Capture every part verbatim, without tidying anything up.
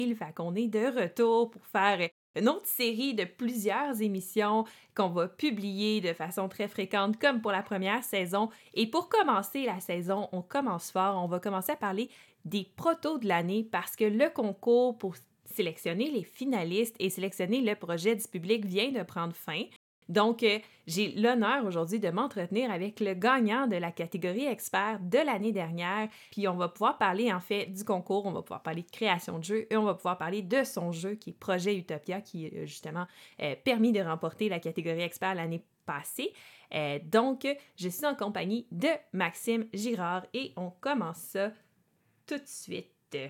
Fait qu'on est de retour pour faire une autre série de plusieurs émissions qu'on va publier de façon très fréquente comme pour la première saison. Et pour commencer la saison, on commence fort. On va commencer à parler des protos de l'année parce que le concours pour sélectionner les finalistes et sélectionner le projet du public vient de prendre fin. Donc, euh, j'ai l'honneur aujourd'hui de m'entretenir avec le gagnant de la catégorie expert de l'année dernière. Puis on va pouvoir parler en fait du concours, on va pouvoir parler de création de jeu et on va pouvoir parler de son jeu qui est Projet Utopia qui a justement euh, permis de remporter la catégorie expert l'année passée. Euh, donc, je suis en compagnie de Maxime Girard et on commence ça tout de suite.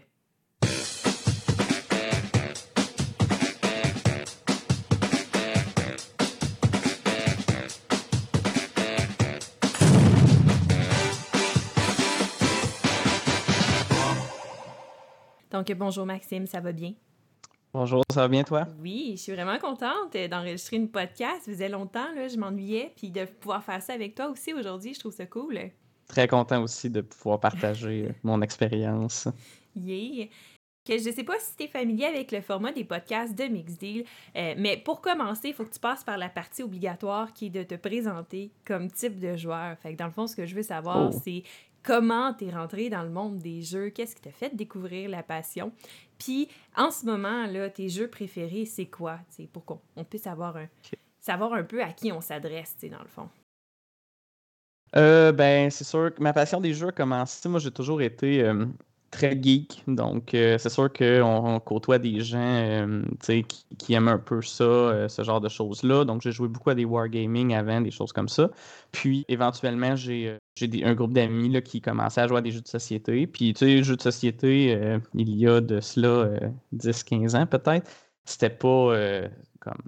Donc, bonjour Maxime, ça va bien? Bonjour, ça va bien toi? Oui, je suis vraiment contente d'enregistrer une podcast. Ça faisait longtemps, là, je m'ennuyais, puis de pouvoir faire ça avec toi aussi aujourd'hui, je trouve ça cool. Très content aussi de pouvoir partager mon expérience. Yeah! Que je ne sais pas si tu es familier avec le format des podcasts de Mixdeal, euh, mais pour commencer, il faut que tu passes par la partie obligatoire qui est de te présenter comme type de joueur. Fait que dans le fond, ce que je veux savoir, Oh. c'est comment tu es rentré dans le monde des jeux, qu'est-ce qui t'a fait découvrir la passion. Puis, en ce moment, là, tes jeux préférés, c'est quoi? T'sais, pour qu'on on puisse savoir un, Okay. savoir un peu à qui on s'adresse, dans le fond. Euh, ben, c'est sûr que ma passion des jeux a commencé. Moi, j'ai toujours été euh, très geek. Donc, euh, c'est sûr qu'on on côtoie des gens euh, qui, qui aiment un peu ça, euh, ce genre de choses-là. Donc, j'ai joué beaucoup à des wargaming avant, des choses comme ça. Puis, éventuellement, j'ai, j'ai des, un groupe d'amis là, qui commençaient à jouer à des jeux de société. Puis, tu sais, les jeux de société, euh, il y a de cela euh, dix quinze ans peut-être. C'était pas euh, comme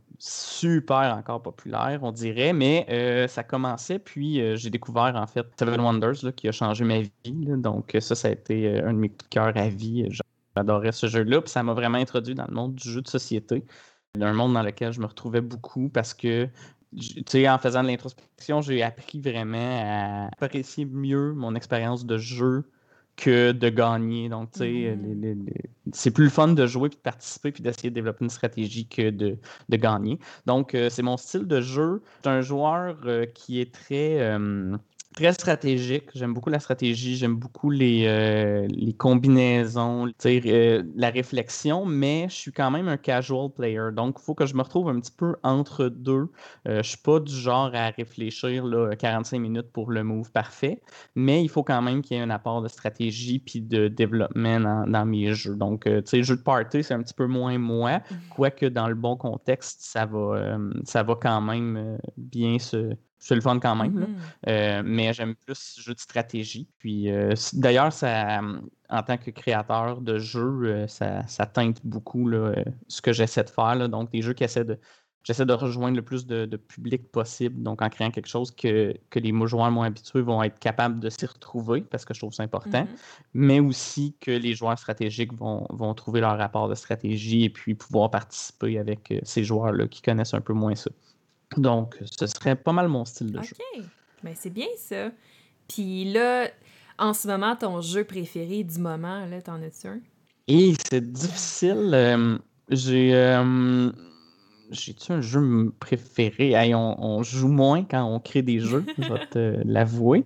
super encore populaire, on dirait, mais euh, ça commençait, puis euh, j'ai découvert en fait Seven Wonders là, qui a changé ma vie. Là, donc ça, ça a été euh, un de mes coups de cœur à vie. J'adorais ce jeu-là, puis ça m'a vraiment introduit dans le monde du jeu de société. Un monde dans lequel je me retrouvais beaucoup parce que, tu sais, en faisant de l'introspection, j'ai appris vraiment à apprécier mieux mon expérience de jeu que de gagner. Donc, tu sais, Mm-hmm. les, les, les... c'est plus le fun de jouer puis de participer puis d'essayer de développer une stratégie que de, de gagner. Donc, euh, c'est mon style de jeu. Je suis un joueur euh, qui est très, euh, très stratégique. J'aime beaucoup la stratégie. J'aime beaucoup les, euh, les combinaisons, tu sais, euh, la réflexion, mais je suis quand même un casual player. Donc, il faut que je me retrouve un petit peu entre deux. Euh, je ne suis pas du genre à réfléchir là, quarante-cinq minutes pour le move parfait, mais il faut quand même qu'il y ait un apport de stratégie puis de développement dans, dans mes jeux. Donc, euh, tu sais, jeu de party, c'est un petit peu moins moi, quoique dans le bon contexte, ça va, euh, ça va quand même euh, bien se... C'est le fun quand même, là. Mm-hmm. Euh, mais j'aime plus jeu de stratégie. Puis euh, d'ailleurs, ça, en tant que créateur de jeux, euh, ça, ça teinte beaucoup là, euh, ce que j'essaie de faire. Là. Donc, des jeux qui essaient de J'essaie de rejoindre le plus de, de public possible, donc en créant quelque chose que, que les joueurs moins habitués vont être capables de s'y retrouver, parce que je trouve ça important, Mm-hmm. mais aussi que les joueurs stratégiques vont, vont trouver leur rapport de stratégie et puis pouvoir participer avec ces joueurs-là qui connaissent un peu moins ça. Donc, ce serait pas mal mon style de OK. jeu. Ben, c'est bien ça. Puis là, en ce moment, ton jeu préféré du moment, là, t'en as-tu un? Et c'est difficile. Euh, j'ai... Euh, J'ai-tu un jeu préféré? Hey, on, on joue moins quand on crée des jeux, je vais te l'avouer.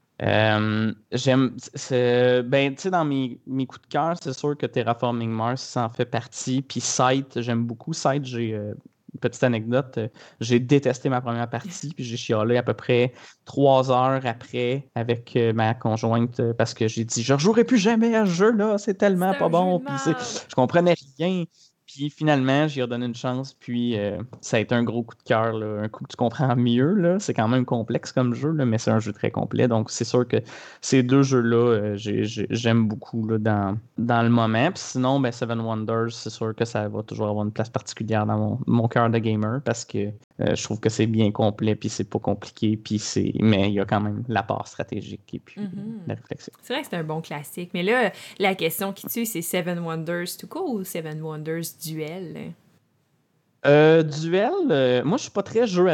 Euh, j'aime. c'est- Ben, tu sais, dans mes, mes coups de cœur, c'est sûr que Terraforming Mars, ça en fait partie. Puis Site, j'aime beaucoup Site. J'ai euh, une petite anecdote. euh, J'ai détesté ma première partie, puis j'ai chialé à peu près trois heures après avec euh, ma conjointe euh, parce que j'ai dit, je rejouerai plus jamais à ce jeu-là, c'est C'est tellement pas un jeu bon. de Puis c'est- merde! je comprenais rien. Puis finalement, j'ai redonné une chance, puis euh, ça a été un gros coup de cœur, là, un coup que tu comprends mieux. Là. C'est quand même complexe comme jeu, là, mais c'est un jeu très complet. Donc c'est sûr que ces deux jeux-là, euh, j'ai- j'ai- j'aime beaucoup là, dans, dans le moment. Puis sinon, ben, Seven Wonders, c'est sûr que ça va toujours avoir une place particulière dans mon, mon cœur de gamer parce que euh, je trouve que c'est bien complet, puis c'est pas compliqué, puis c'est... mais il y a quand même l'apport stratégique et puis euh, Mm-hmm. la réflexion. C'est vrai que c'est un bon classique. Mais là, la question qui tue, c'est Seven Wonders tout court ou Seven Wonders Duel? Euh, duel, euh, moi je suis pas très jeu à deux.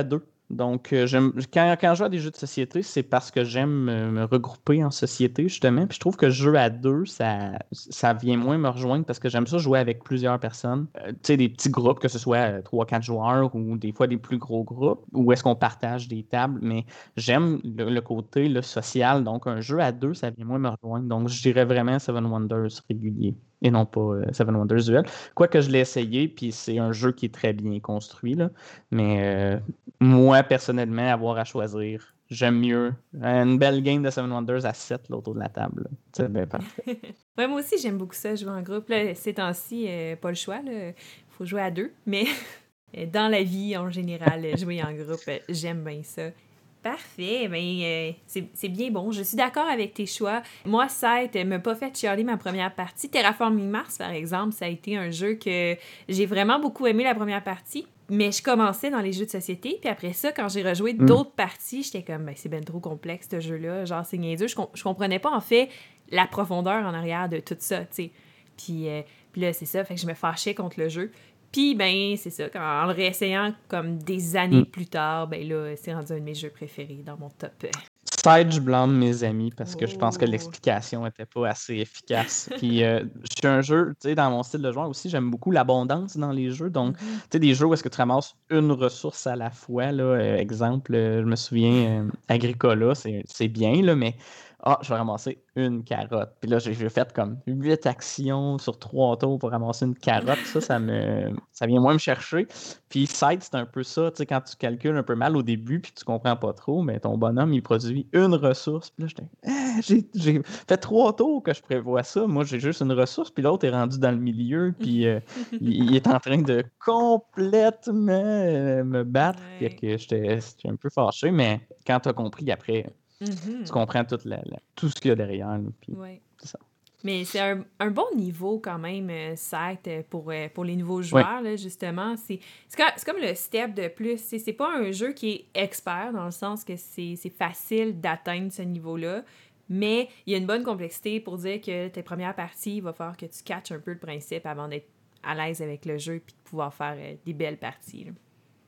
Donc, euh, j'aime, quand, quand je joue à des jeux de société, c'est parce que j'aime me, me regrouper en société, justement. Puis je trouve que jeu à deux, ça, ça vient moins me rejoindre parce que j'aime ça jouer avec plusieurs personnes. Euh, tu sais, des petits groupes, que ce soit trois quatre joueurs ou des fois des plus gros groupes, où est-ce qu'on partage des tables. Mais j'aime le, le côté là, social. Donc, un jeu à deux, ça vient moins me rejoindre. Donc, je dirais vraiment Seven Wonders régulier et non pas euh, Seven Wonders Duel. Quoique je l'ai essayé, puis c'est un jeu qui est très bien construit, là. Mais euh, moi, personnellement, avoir à choisir, j'aime mieux une belle game de Seven Wonders à sept là, autour de la table. C'est bien parfait. Ouais, moi aussi, j'aime beaucoup ça, jouer en groupe. Là, ces temps-ci, euh, pas le choix, il faut jouer à deux. Mais dans la vie, en général, jouer en groupe, j'aime bien ça. Parfait, ben euh, c'est, c'est bien bon. Je suis d'accord avec tes choix. Moi, Scythe m'a pas fait chialer ma première partie. Terraforming Mars, par exemple, ça a été un jeu que j'ai vraiment beaucoup aimé la première partie. Mais je commençais dans les jeux de société, puis après ça, quand j'ai rejoué Mm. d'autres parties, j'étais comme, ben, c'est bien trop complexe, ce jeu-là. Genre, c'est niaiseux. Je, com- je comprenais pas, en fait, la profondeur en arrière de tout ça, tu sais. Puis, euh, puis là, c'est ça, fait que je me fâchais contre le jeu. Puis, ben, c'est ça, quand, en le réessayant comme des années Mm. plus tard, ben là, c'est rendu un de mes jeux préférés dans mon top. Side, je blâme mes amis parce que je pense que Oh. l'explication était pas assez efficace. Puis, euh, je suis un jeu, tu sais, dans mon style de joueur aussi, j'aime beaucoup l'abondance dans les jeux. Donc, Mhm. tu sais, des jeux où est-ce que tu ramasses une ressource à la fois, là. Euh, exemple, euh, je me souviens, euh, Agricola, c'est, c'est bien, là, mais ah, je vais ramasser une carotte. Puis là, j'ai, j'ai fait comme huit actions sur trois tours pour ramasser une carotte. Ça, ça me, ça vient moins me chercher. Puis Side, c'est un peu ça, tu sais, quand tu calcules un peu mal au début puis que tu comprends pas trop, mais ton bonhomme, il produit une ressource. Puis là, j'étais, ah, j'ai, j'ai fait trois tours que je prévois ça. Moi, j'ai juste une ressource, puis l'autre est rendu dans le milieu, puis euh, il, il est en train de complètement euh, me battre. Puis Ouais. que j'étais, j'étais un peu fâché, mais quand tu as compris après, Mhm. tu comprends toute la, la- tout ce qu'il y a derrière. Là, puis Ouais. c'est ça. Mais c'est un, un bon niveau quand même, euh, Scythe, euh, pour, euh, pour les nouveaux Oui, joueurs, là, justement. C'est, c'est, comme, c'est comme le step de plus. C'est, c'est pas un jeu qui est expert, dans le sens que c'est, c'est facile d'atteindre ce niveau-là, mais il y a une bonne complexité pour dire que tes premières parties, il va falloir que tu catches un peu le principe avant d'être à l'aise avec le jeu puis de pouvoir faire euh, des belles parties, là.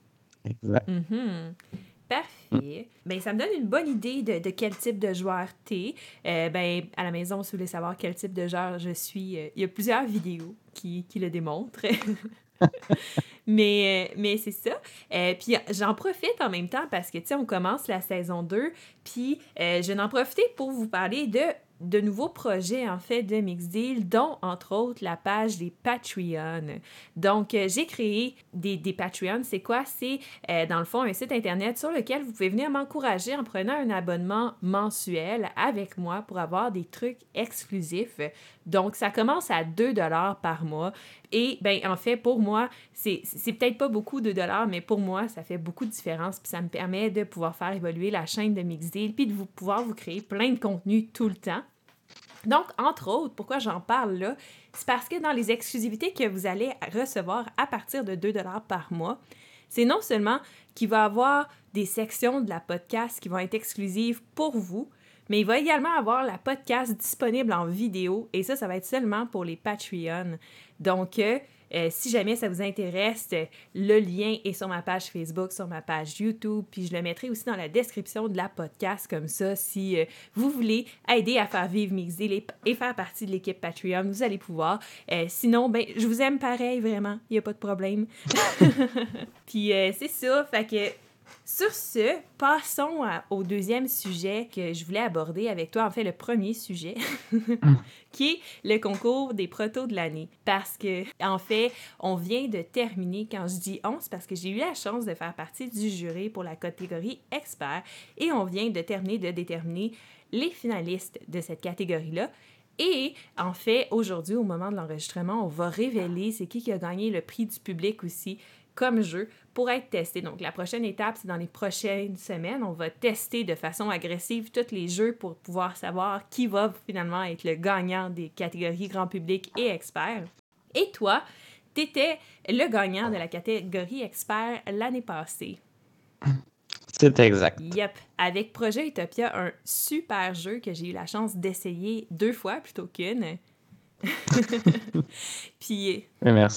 exact. Mhm. Mm. Parfait. Ben, ça me donne une bonne idée de, de quel type de joueur t'es. Euh, ben, à la maison, si vous voulez savoir quel type de joueur je suis, euh, il y a plusieurs vidéos qui, qui le démontrent. mais, euh, mais c'est ça. Euh, puis j'en profite en même temps parce que, tu sais, on commence la saison deux. Puis euh, je vais en profiter pour vous parler de de nouveaux projets, en fait, de Mixdeal, dont, entre autres, la page des Patreons. Donc, euh, j'ai créé des, des Patreons. C'est quoi? C'est, euh, dans le fond, un site Internet sur lequel vous pouvez venir m'encourager en prenant un abonnement mensuel avec moi pour avoir des trucs exclusifs. Donc, ça commence à deux dollars par mois. Et, ben en fait, pour moi, c'est, c'est peut-être pas beaucoup de dollars, mais pour moi, ça fait beaucoup de différence. Puis ça me permet de pouvoir faire évoluer la chaîne de Mixdeal puis de vous, pouvoir vous créer plein de contenu tout le temps. Donc, entre autres, pourquoi j'en parle là, c'est parce que dans les exclusivités que vous allez recevoir à partir de deux dollars par mois, c'est non seulement qu'il va y avoir des sections de la podcast qui vont être exclusives pour vous, mais il va également avoir la podcast disponible en vidéo, et ça, ça va être seulement pour les Patreons. Donc, euh, euh, si jamais ça vous intéresse, le lien est sur ma page Facebook, sur ma page YouTube, puis je le mettrai aussi dans la description de la podcast, comme ça, si euh, vous voulez aider à faire vivre Mixdeal et, et faire partie de l'équipe Patreon, vous allez pouvoir. Euh, sinon, ben, je vous aime pareil, vraiment, il n'y a pas de problème. Puis euh, c'est ça, fait que sur ce, passons à, au deuxième sujet que je voulais aborder avec toi, en fait le premier sujet, qui est le concours des protos de l'année. Parce que, en fait, on vient de terminer, quand je dis on, c'est parce que j'ai eu la chance de faire partie du jury pour la catégorie expert, et on vient de terminer de déterminer les finalistes de cette catégorie-là. Et en fait, aujourd'hui, au moment de l'enregistrement, on va révéler c'est qui qui a gagné le prix du public aussi comme jeu pour être testé. Donc, la prochaine étape, c'est dans les prochaines semaines. On va tester de façon agressive tous les jeux pour pouvoir savoir qui va finalement être le gagnant des catégories grand public et expert. Et toi, t'étais le gagnant de la catégorie expert l'année passée. C'est exact. Yep, avec Projet Utopia, un super jeu que j'ai eu la chance d'essayer deux fois plutôt qu'une. Puis, Merci.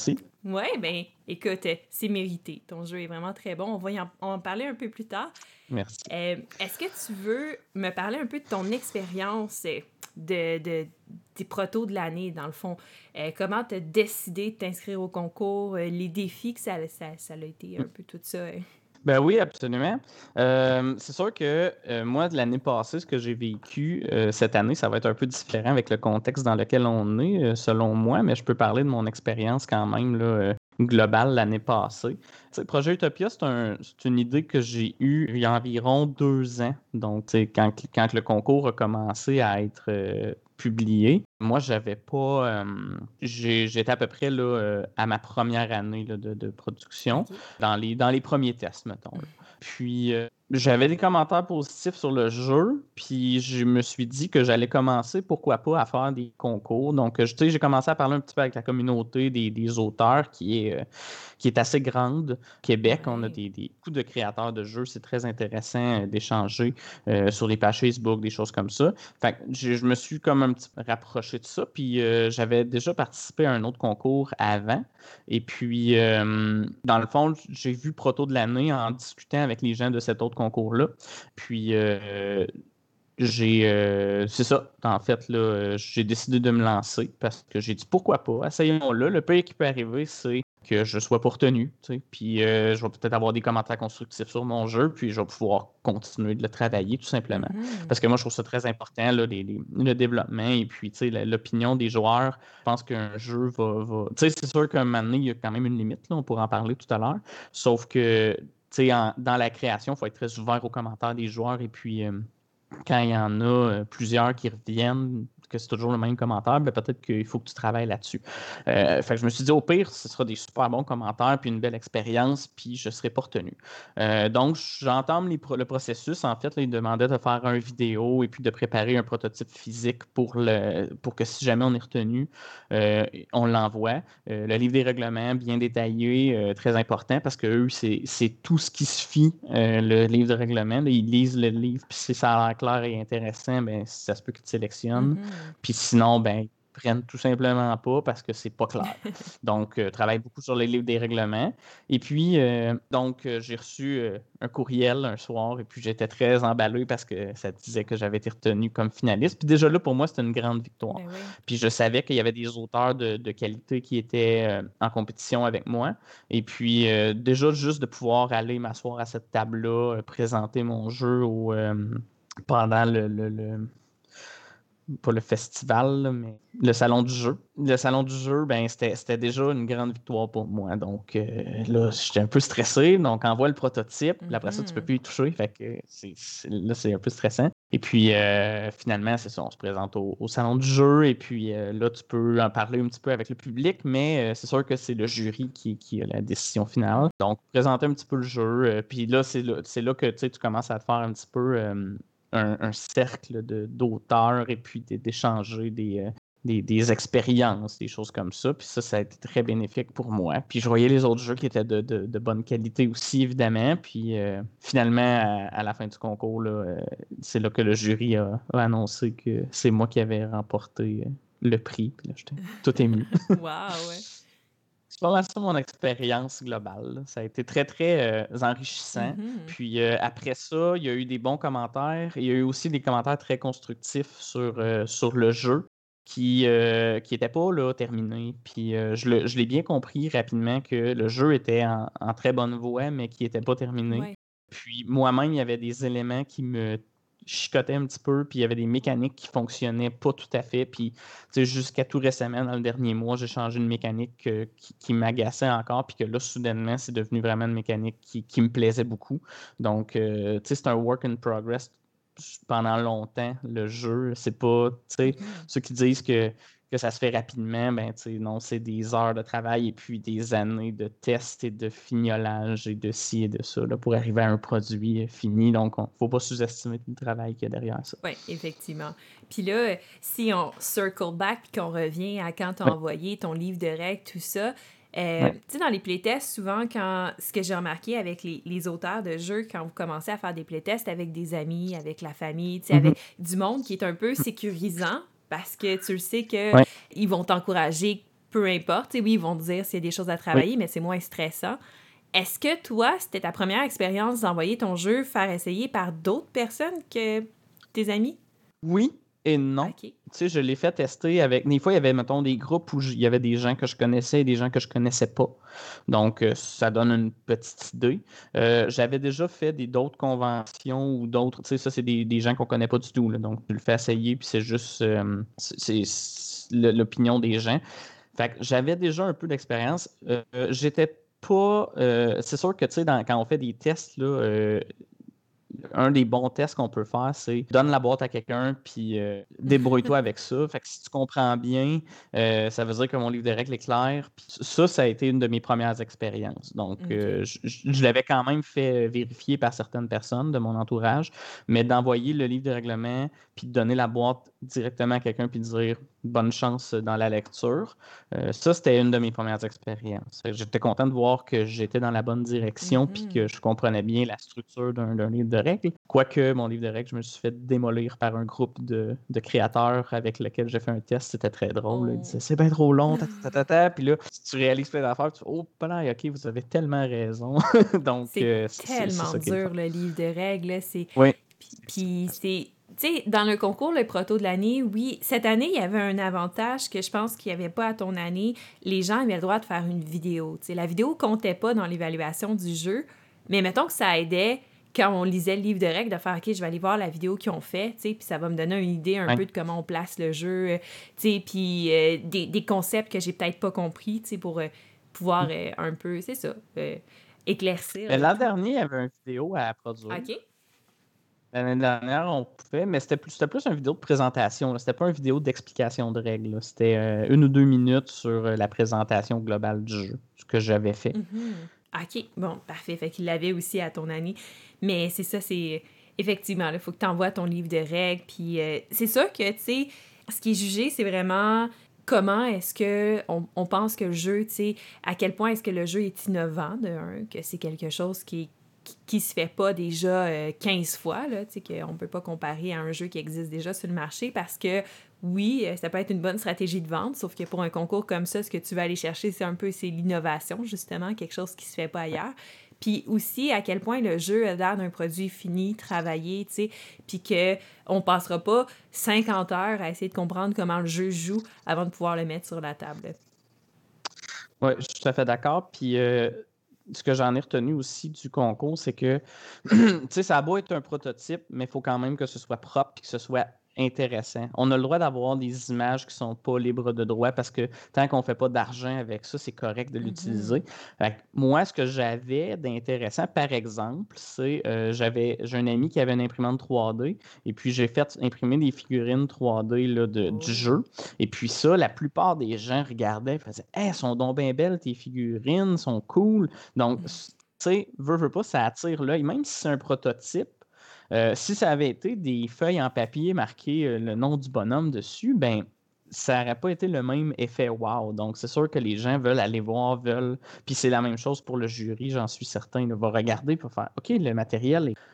Ouais, ben, écoute, euh, c'est mérité. Ton jeu est vraiment très bon. On va y en, en parler un peu plus tard. Merci. Euh, est-ce que tu veux me parler un peu de ton expérience euh, de, de, des protos de l'année, dans le fond? Euh, comment tu as décidé de t'inscrire au concours? Euh, les défis que ça, ça, ça a été un peu tout ça? euh? Ben oui, absolument. Euh, c'est sûr que euh, moi, de l'année passée, ce que j'ai vécu euh, cette année, ça va être un peu différent avec le contexte dans lequel on est, euh, selon moi, mais je peux parler de mon expérience quand même là, euh, globale l'année passée. Tu sais, le projet Utopia, c'est un, c'est une idée que j'ai eue il y a environ deux ans. Donc, tu sais, quand, quand le concours a commencé à être euh, publié, moi, j'avais pas. euh, j'ai- j'étais à peu près là, euh, à ma première année là, de, de production OK. dans les, dans les premiers tests, mettons. Là. Puis euh, j'avais des commentaires positifs sur le jeu, puis je me suis dit que j'allais commencer, pourquoi pas, à faire des concours. Donc, euh, je- tu sais, j'ai commencé à parler un petit peu avec la communauté des, des auteurs qui est, euh, qui est assez grande. Québec, on a Ouais. des, des beaucoup de créateurs de jeux, c'est très intéressant euh, d'échanger euh, sur les pages Facebook, des choses comme ça. Fait que je, je me suis comme un petit peu rapproché de ça, puis euh, j'avais déjà participé à un autre concours avant. Et puis, euh, dans le fond, j'ai vu Proto de l'année en discutant avec les gens de cet autre concours-là. Puis, euh, j'ai, euh, c'est ça, en fait, là, euh, j'ai décidé de me lancer parce que j'ai dit pourquoi pas, essayons-le. Le pire qui peut arriver, c'est que je sois pas retenu, tu sais. Puis euh, je vais peut-être avoir des commentaires constructifs sur mon jeu, puis je vais pouvoir continuer de le travailler tout simplement. Mhm. Parce que moi, je trouve ça très important, là, les- les- le développement et puis, tu sais, la- l'opinion des joueurs. Je pense qu'un jeu va, va- Tu sais, c'est sûr qu'à un moment donné, il y a quand même une limite, là, on pourra en parler tout à l'heure. Sauf que, tu sais, en- dans la création, il faut être très ouvert aux commentaires des joueurs et puis. euh, quand il y en a euh, plusieurs qui reviennent, que c'est toujours le même commentaire, ben peut-être qu'il faut que tu travailles là-dessus. Euh, fait que je me suis dit, au pire, ce sera des super bons commentaires, puis une belle expérience, puis je ne serai pas retenu. Euh, donc, j'entame les pro- le processus. En fait, là, il demandait de faire une vidéo et puis de préparer un prototype physique pour, le, pour que si jamais on est retenu, euh, on l'envoie. Euh, le livre des règlements, bien détaillé, euh, très important, parce que eux, c'est c'est tout ce qui se fit, euh, le livre de règlement. Là, ils lisent le livre, puis si ça a l'air clair et intéressant, ben, ça se peut qu'ils te sélectionnent. Mhm. Puis sinon, ben, ils prennent tout simplement pas parce que c'est pas clair. Donc, euh, travaille beaucoup sur les livres des règlements. Et puis, euh, donc, euh, j'ai reçu euh, un courriel un soir et puis j'étais très emballé parce que ça disait que j'avais été retenu comme finaliste. Puis déjà là, pour moi, c'était une grande victoire. Ben oui. Puis je savais qu'il y avait des auteurs de, de qualité qui étaient euh, en compétition avec moi. Et puis, euh, déjà, juste de pouvoir aller m'asseoir à cette table-là, euh, présenter mon jeu au, euh, pendant le, le, le- pas le festival, là, mais le salon du jeu. Le salon du jeu, ben, c'était, c'était déjà une grande victoire pour moi. Donc euh, là, j'étais un peu stressé. Donc, envoie le prototype. Puis après ça, tu peux Mhm. plus y toucher. Fait que c'est, c'est- là, c'est un peu stressant. Et puis, euh, finalement, c'est ça. On se présente au, au salon du jeu. Et puis euh, là, tu peux en parler un petit peu avec le public. Mais euh, c'est sûr que c'est le jury qui, qui a la décision finale. Donc, présenter un petit peu le jeu. euh, puis là, c'est là, c'est là que tu sais, tu commences à te faire un petit peu. euh, un, un cercle de, d'auteurs et puis d- d'échanger des, euh, des, des expériences, des choses comme ça. Puis ça, ça a été très bénéfique pour moi. Puis je voyais les autres jeux qui étaient de, de, de bonne qualité aussi, évidemment. Puis euh, finalement, à, à la fin du concours, là, euh, c'est là que le jury a, a annoncé que c'est moi qui avais remporté euh, le prix. Puis là, j'étais tout ému. Wow, ouais. C'est pas mal ça mon expérience globale. Là. Ça a été très, très euh, enrichissant. Mhm. Puis euh, après ça, il y a eu des bons commentaires. Il y a eu aussi des commentaires très constructifs sur, euh, sur le jeu qui euh, qui n'était pas là, terminé. Puis euh, je, le- je l'ai bien compris rapidement que le jeu était en, en très bonne voie, mais qui n'était pas terminé. Ouais. Puis moi-même, il y avait des éléments qui me chicotaient un petit peu, puis il y avait des mécaniques qui fonctionnaient pas tout à fait. Puis tu sais, jusqu'à tout récemment, dans le dernier mois, j'ai changé une mécanique euh, qui, qui m'agaçait encore, puis que là, soudainement, c'est devenu vraiment une mécanique qui, qui me plaisait beaucoup. Donc, euh, tu sais, c'est un work in progress pendant longtemps, le jeu. C'est pas, tu sais, Mhm. ceux qui disent que, que ça se fait rapidement, ben, tu sais, non, c'est des heures de travail et puis des années de tests et de fignolage et de ci et de ça, là, pour arriver à un produit fini. Donc, il ne faut pas sous-estimer tout le travail qu'il y a derrière ça. Oui, effectivement. Puis là, euh, si on circle back puis qu'on revient à quand tu as Oui, envoyé ton livre de règles, tout ça, euh, oui. tu sais, dans les playtests, souvent, quand ce que j'ai remarqué avec les, les auteurs de jeux, quand vous commencez à faire des playtests avec des amis, avec la famille, tu sais, Mhm. avec du monde qui est un peu sécurisant, parce que tu le sais que Ouais. ils vont t'encourager peu importe. T'sais, oui, ils vont te dire s'il y a des choses à Oui. travailler, mais c'est moins stressant. Est-ce que toi, c'était ta première expérience d'envoyer ton jeu faire essayer par d'autres personnes que tes amis? Oui et non. OK. Tu sais, je l'ai fait tester avec. Des fois, il y avait, mettons, des groupes où j- il y avait des gens que je connaissais et des gens que je connaissais pas. Donc, euh, ça donne une petite idée. Euh, j'avais déjà fait des d'autres conventions ou d'autres. Tu sais, ça, c'est des, des gens qu'on connaît pas du tout, là. Donc, tu le fais essayer, puis c'est juste euh, c'est c'est- c'est le- l'opinion des gens. Fait que j'avais déjà un peu d'expérience. Euh, j'étais pas. Euh, c'est sûr que, tu sais, dans- quand on fait des tests, là, euh, un des bons tests qu'on peut faire, c'est donne la boîte à quelqu'un, puis euh, débrouille-toi avec ça. Fait que si tu comprends bien, euh, ça veut dire que mon livre de règles est clair. Puis ça, ça a été une de mes premières expériences. Donc, OK. euh, je, je- je l'avais quand même fait vérifier par certaines personnes de mon entourage, mais d'envoyer le livre de règlement, puis de donner la boîte directement à quelqu'un, puis de dire bonne chance dans la lecture, euh, ça, c'était une de mes premières expériences. Fait que j'étais content de voir que j'étais dans la bonne direction puis que Mhm. je comprenais bien la structure d'un d'un livre de règles. Quoique mon livre de règles, je me suis fait démolir par un groupe de, de créateurs avec lequel j'ai fait un test. C'était très drôle. Là. Ils disaient Oh. c'est bien trop long, ta, ta, ta, ta. Puis là, tu réalises plein d'affaires, tu fais oh, là, ok, vous avez tellement raison. Donc, C'est euh, c'est c'est tellement ça qui est le fun. dur, le livre de règles. Là. C'est... Oui. Puis, puis c'est... Tu sais, dans le concours, le proto de l'année, oui, cette année, il y avait un avantage que je pense qu'il n'y avait pas à ton année. Les gens avaient le droit de faire une vidéo. Tu sais, la vidéo comptait pas dans l'évaluation du jeu, mais mettons que ça aidait quand on lisait le livre de règles de faire OK, je vais aller voir la vidéo qu'ils ont fait, tu sais, puis ça va me donner une idée un Ouais. peu de comment on place le jeu, euh, tu sais, puis euh, des, des concepts que j'ai peut-être pas compris, tu sais, pour euh, pouvoir euh, un peu, c'est ça, euh, éclaircir Mais le l'an tout. dernier, il y avait une vidéo à produire. OK? L'année dernière, on pouvait, mais c'était plus, c'était plus une vidéo de présentation. Là. C'était pas une vidéo d'explication de règles. Là. C'était euh, une ou deux minutes sur euh, la présentation globale du jeu, ce que j'avais fait. Mhm. OK, bon, parfait. Fait qu'il l'avait aussi à ton année. Mais c'est ça, c'est... Effectivement, il faut que tu envoies ton livre de règles. Puis euh, c'est sûr que, tu sais, ce qui est jugé, c'est vraiment comment est-ce que on, on pense que le jeu, tu sais, à quel point est-ce que le jeu est innovant, de un, que c'est quelque chose qui, qui, qui se fait pas déjà euh, quinze fois, là, tu sais, qu'on peut pas comparer à un jeu qui existe déjà sur le marché parce que oui, euh, ça peut être une bonne stratégie de vente, sauf que pour un concours comme ça, ce que tu vas aller chercher, c'est un peu c'est l'innovation, justement, quelque chose qui se fait pas ailleurs. Puis aussi, à quel point le jeu a l'air d'un produit fini, travaillé, tu sais, puis qu'on passera pas cinquante heures à essayer de comprendre comment le jeu joue avant de pouvoir le mettre sur la table. Oui, je suis tout à fait d'accord. Puis euh, ce que j'en ai retenu aussi du concours, c'est que, tu sais, ça a beau être un prototype, mais il faut quand même que ce soit propre et que ce soit intéressant. On a le droit d'avoir des images qui sont pas libres de droit parce que tant qu'on fait pas d'argent avec ça, c'est correct de Mhm. l'utiliser. Fait que moi, ce que j'avais d'intéressant, par exemple, c'est euh, j'avais j'ai un ami qui avait une imprimante trois D et puis j'ai fait imprimer des figurines trois D là, de, du Oh. jeu. Et puis ça, la plupart des gens regardaient et faisaient Hey, elles sont donc bien belles, tes figurines, sont cool. Donc, tu sais, veux, veux pas, ça attire l'œil. Même si c'est un prototype, euh, si ça avait été des feuilles en papier marquées euh, le nom du bonhomme dessus, ben ça n'aurait pas été le même effet wow. Donc, c'est sûr que les gens veulent aller voir, veulent. Puis c'est la même chose pour le jury, j'en suis certain. Il va regarder pour faire OK, le matériel est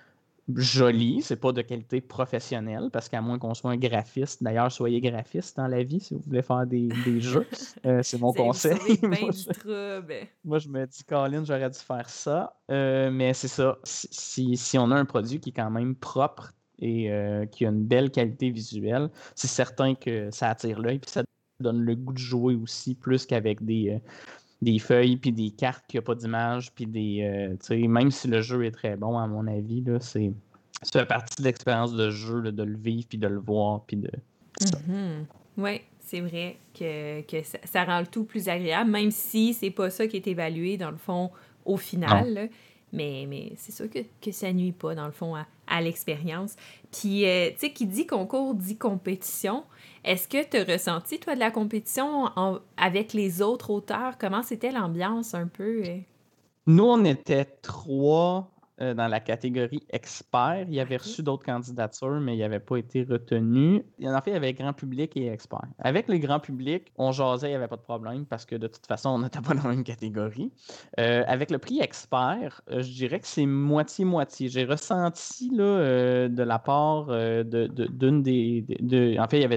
joli, c'est pas de qualité professionnelle, parce qu'à moins qu'on soit un graphiste, d'ailleurs, soyez graphiste dans la vie si vous voulez faire des, des jeux. Euh, c'est mon Vous allez vous conseil. sauver bien Moi, du je, trouble. moi, je me dis, Colin, j'aurais dû faire ça. Euh, mais c'est ça. Si, si, si on a un produit qui est quand même propre et euh, qui a une belle qualité visuelle, c'est certain que ça attire l'œil, puis ça donne le goût de jouer aussi, plus qu'avec des, euh, des feuilles puis des cartes qui n'ont pas d'image puis des euh, tu sais, même si le jeu est très bon à mon avis là, c'est ça fait partie de l'expérience de jeu là, de le vivre puis de le voir puis de ça. Mhm. Oui, c'est vrai que, que ça, ça rend le tout plus agréable, même si c'est pas ça qui est évalué, dans le fond, au Non. final. Là. Mais, mais c'est sûr que, que ça nuit pas, dans le fond, à, à l'expérience. Puis, euh, tu sais, qui dit concours dit compétition. Est-ce que tu as ressenti, toi, de la compétition en- avec les autres auteurs? Comment c'était l'ambiance un peu? euh? Nous, on était trois euh, dans la catégorie expert. Il y avait OK. reçu d'autres candidatures, mais il n'avait pas été retenu. Il y en a fait, il y avait grand public et expert. Avec le grand public, on jasait, il n'y avait pas de problème parce que de toute façon, on n'était pas dans la même catégorie. Euh, avec le prix expert, euh, je dirais que c'est moitié-moitié. J'ai ressenti là, euh, de la part euh, de, de- d'une des. de- de- en fait, il y avait deux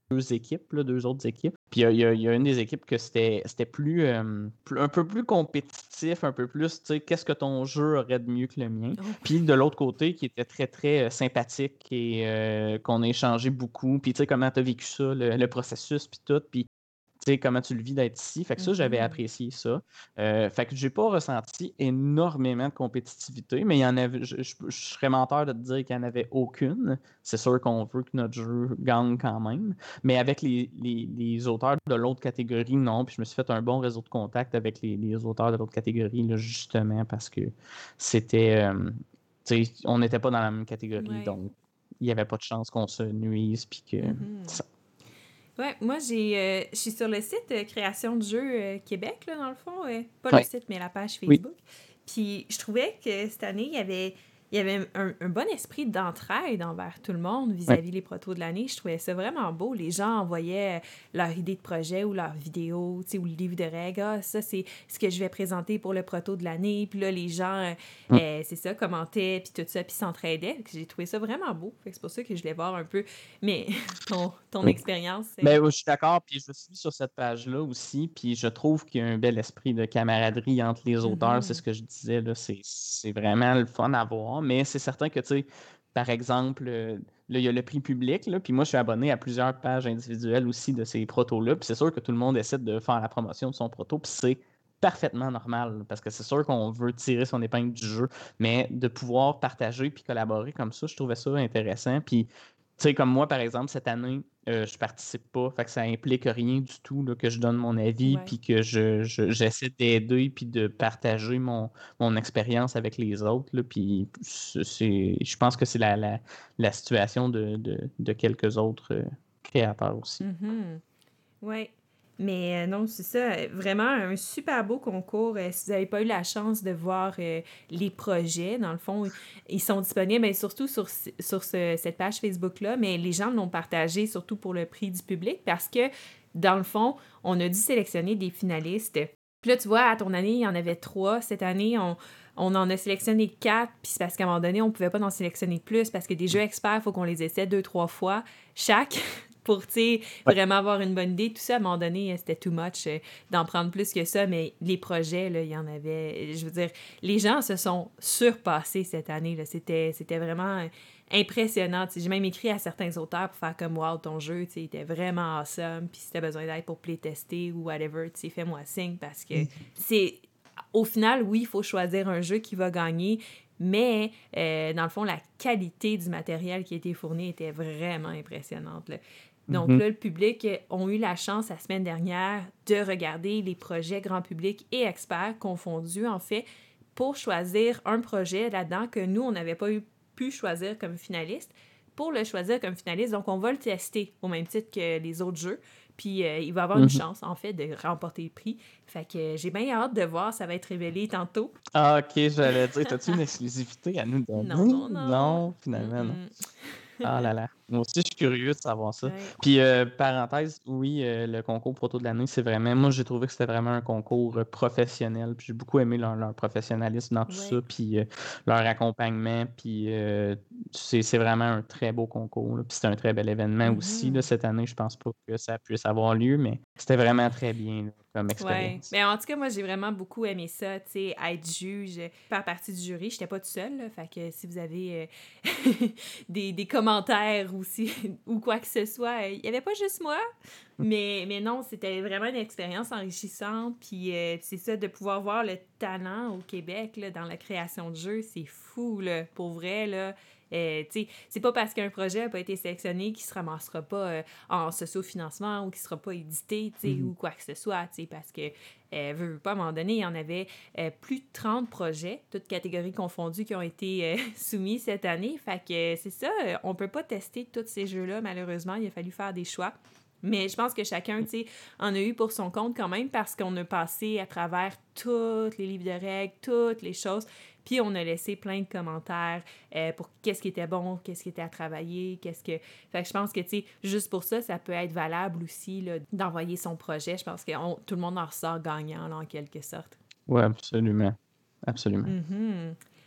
deux équipes, là, deux autres équipes. Puis il y a, il y a- il y a une des équipes que c'était c'était plus, euh, plus- un peu plus compétitif, un peu plus, tu sais, qu'est-ce que ton jeu aurait de mieux que le mien. Oh. Puis de l'autre côté, qui était très, très euh, sympathique et euh, qu'on a échangé beaucoup. Puis tu sais, comment tu as vécu ça, le, le processus, puis tout. Puis tu sais, comment tu le vis d'être ici. Fait que ça, j'avais Mhm. apprécié ça. Euh, fait que j'ai pas ressenti énormément de compétitivité, mais il y en avait, je, je- je serais menteur de te dire qu'il n'y en avait aucune. C'est sûr qu'on veut que notre jeu gagne quand même. Mais avec les, les- les auteurs de l'autre catégorie, non. Puis je me suis fait un bon réseau de contact avec les, les auteurs de l'autre catégorie, là, justement, parce que c'était. euh, tu sais, on n'était pas dans la même catégorie, Ouais. donc il n'y avait pas de chance qu'on se nuise. Puis que. Mhm. ça- Ouais, moi, j'ai, euh, je suis sur le site euh, Création de jeux euh, Québec, là, dans le fond. euh, pas le Ouais, site, mais la page oui. Facebook. Puis je trouvais que cette année, il y avait, il y avait un, un bon esprit d'entraide envers tout le monde Ouais. vis-à-vis les protos de l'année. Je trouvais ça vraiment beau. Les gens envoyaient euh, leur idée de projet ou leur vidéo, tu sais, ou le livre de règles. Ah, ça, c'est ce que je vais présenter pour le proto de l'année. Puis là, les gens, euh, Mm. euh, c'est ça, commentaient, puis tout ça, puis s'entraidaient. Fait que j'ai trouvé ça vraiment beau. Fait que c'est pour ça que je voulais voir un peu, mais ton, ton Oui. expérience. c'est- Ben, oui, je suis d'accord, puis je suis sur cette page-là aussi, puis je trouve qu'il y a un bel esprit de camaraderie entre les auteurs, c'est Mhm. ce que je disais, là, c'est, c'est vraiment le fun à voir, mais c'est certain que, tu sais, par exemple, euh, là, il y a le prix public, là, puis moi, je suis abonné à plusieurs pages individuelles aussi de ces protos-là, puis c'est sûr que tout le monde essaie de faire la promotion de son proto, puis c'est parfaitement normal, là, parce que c'est sûr qu'on veut tirer son épingle du jeu, mais de pouvoir partager puis collaborer comme ça, je trouvais ça intéressant, puis tu sais, comme moi, par exemple, cette année, euh, je participe pas. Fait que ça implique rien du tout là, que je donne mon avis, Ouais. puis que je, je- j'essaie d'aider, puis de partager mon, mon expérience avec les autres. Là, puis c'est, c'est- je pense que c'est la, la, la situation de, de, de quelques autres euh, créateurs aussi. Mhm. Ouais. Mais euh, non, c'est ça. euh, Vraiment un super beau concours. Euh, si vous n'avez pas eu la chance de voir euh, les projets, dans le fond, ils- ils sont disponibles, mais surtout sur, ce- sur ce- cette page Facebook-là. Mais les gens l'ont partagé surtout pour le prix du public parce que, dans le fond, on a dû sélectionner des finalistes. Puis là, tu vois, à ton année, il y en avait trois. Cette année, on, on en a sélectionné quatre. Puis c'est parce qu'à un moment donné, on ne pouvait pas en sélectionner plus parce que des jeux experts, il faut qu'on les essaie deux, trois fois chaque pour, tu sais, Ouais. vraiment avoir une bonne idée. Tout ça, à un moment donné, c'était too much euh, d'en prendre plus que ça, mais les projets, là, il y en avait. Je veux dire, les gens se sont surpassés cette année. Là. C'était, c'était vraiment impressionnant. Tu sais, j'ai même écrit à certains auteurs pour faire comme wow, ton jeu, tu sais, il était vraiment awesome. Puis si t'as besoin d'aide pour playtester ou whatever, tu sais, fais-moi signe parce que c'est. Au final, oui, il faut choisir un jeu qui va gagner, mais euh, dans le fond, la qualité du matériel qui a été fourni était vraiment impressionnante. Là. Donc Mhm. là, le public euh, ont eu la chance la semaine dernière de regarder les projets grand public et experts confondus, en fait, pour choisir un projet là-dedans que nous, on n'avait pas eu, pu choisir comme finaliste. Pour le choisir comme finaliste, donc on va le tester au même titre que les autres jeux. Puis euh, il va avoir une Mhm. chance, en fait, de remporter le prix. Fait que euh, j'ai bien hâte de voir, ça va être révélé tantôt. Ah, ok, j'allais dire, as-tu une exclusivité à nous Non, donner? non, non. Non, finalement, non. Mm-mm. Ah là là. Moi aussi, je suis curieux de savoir ça. Ouais. Puis, euh, parenthèse, oui, euh, le concours proto de l'année, c'est vraiment. Moi, j'ai trouvé que c'était vraiment un concours euh, professionnel. Puis, j'ai beaucoup aimé leur, leur professionnalisme dans tout ça. Ouais. Puis, euh, leur accompagnement. Puis, euh, c'est c'est vraiment un très beau concours. Là. Puis, c'était un très bel événement aussi. Là, Mhm. cette année, je pense pas que ça puisse avoir lieu, mais c'était vraiment très bien là, comme Ouais. expérience. Mais en tout cas, moi, j'ai vraiment beaucoup aimé ça, tu sais, être juge, faire partie du jury. J'étais pas toute seule, là. Fait que si vous avez euh, des, des commentaires ou, si, ou quoi que ce soit, il y avait pas juste moi. Mais, mais non, c'était vraiment une expérience enrichissante. Puis euh, c'est ça, de pouvoir voir le talent au Québec là, dans la création de jeux, c'est fou, là, pour vrai, là. Euh, tu sais, c'est pas parce qu'un projet n'a pas été sélectionné qu'il se ramassera pas euh, en socio-financement ou qu'il sera pas édité, tu sais, Mhm. ou quoi que ce soit, tu sais, parce que, euh, veux, veux pas, à un moment donné, il y en avait euh, plus de trente projets, toutes catégories confondues, qui ont été euh, soumis cette année. Fait que euh, c'est ça, euh, on peut pas tester tous ces jeux-là, malheureusement, il a fallu faire des choix. Mais je pense que chacun, tu sais, en a eu pour son compte quand même parce qu'on a passé à travers tous les livres de règles, toutes les choses, puis on a laissé plein de commentaires euh, pour qu'est-ce qui était bon, qu'est-ce qui était à travailler, qu'est-ce que... Fait que je pense que, tu sais, juste pour ça, ça peut être valable aussi, là, d'envoyer son projet. Je pense que on- tout le monde en ressort gagnant, là, en quelque sorte. Ouais, absolument. Absolument. Mhm.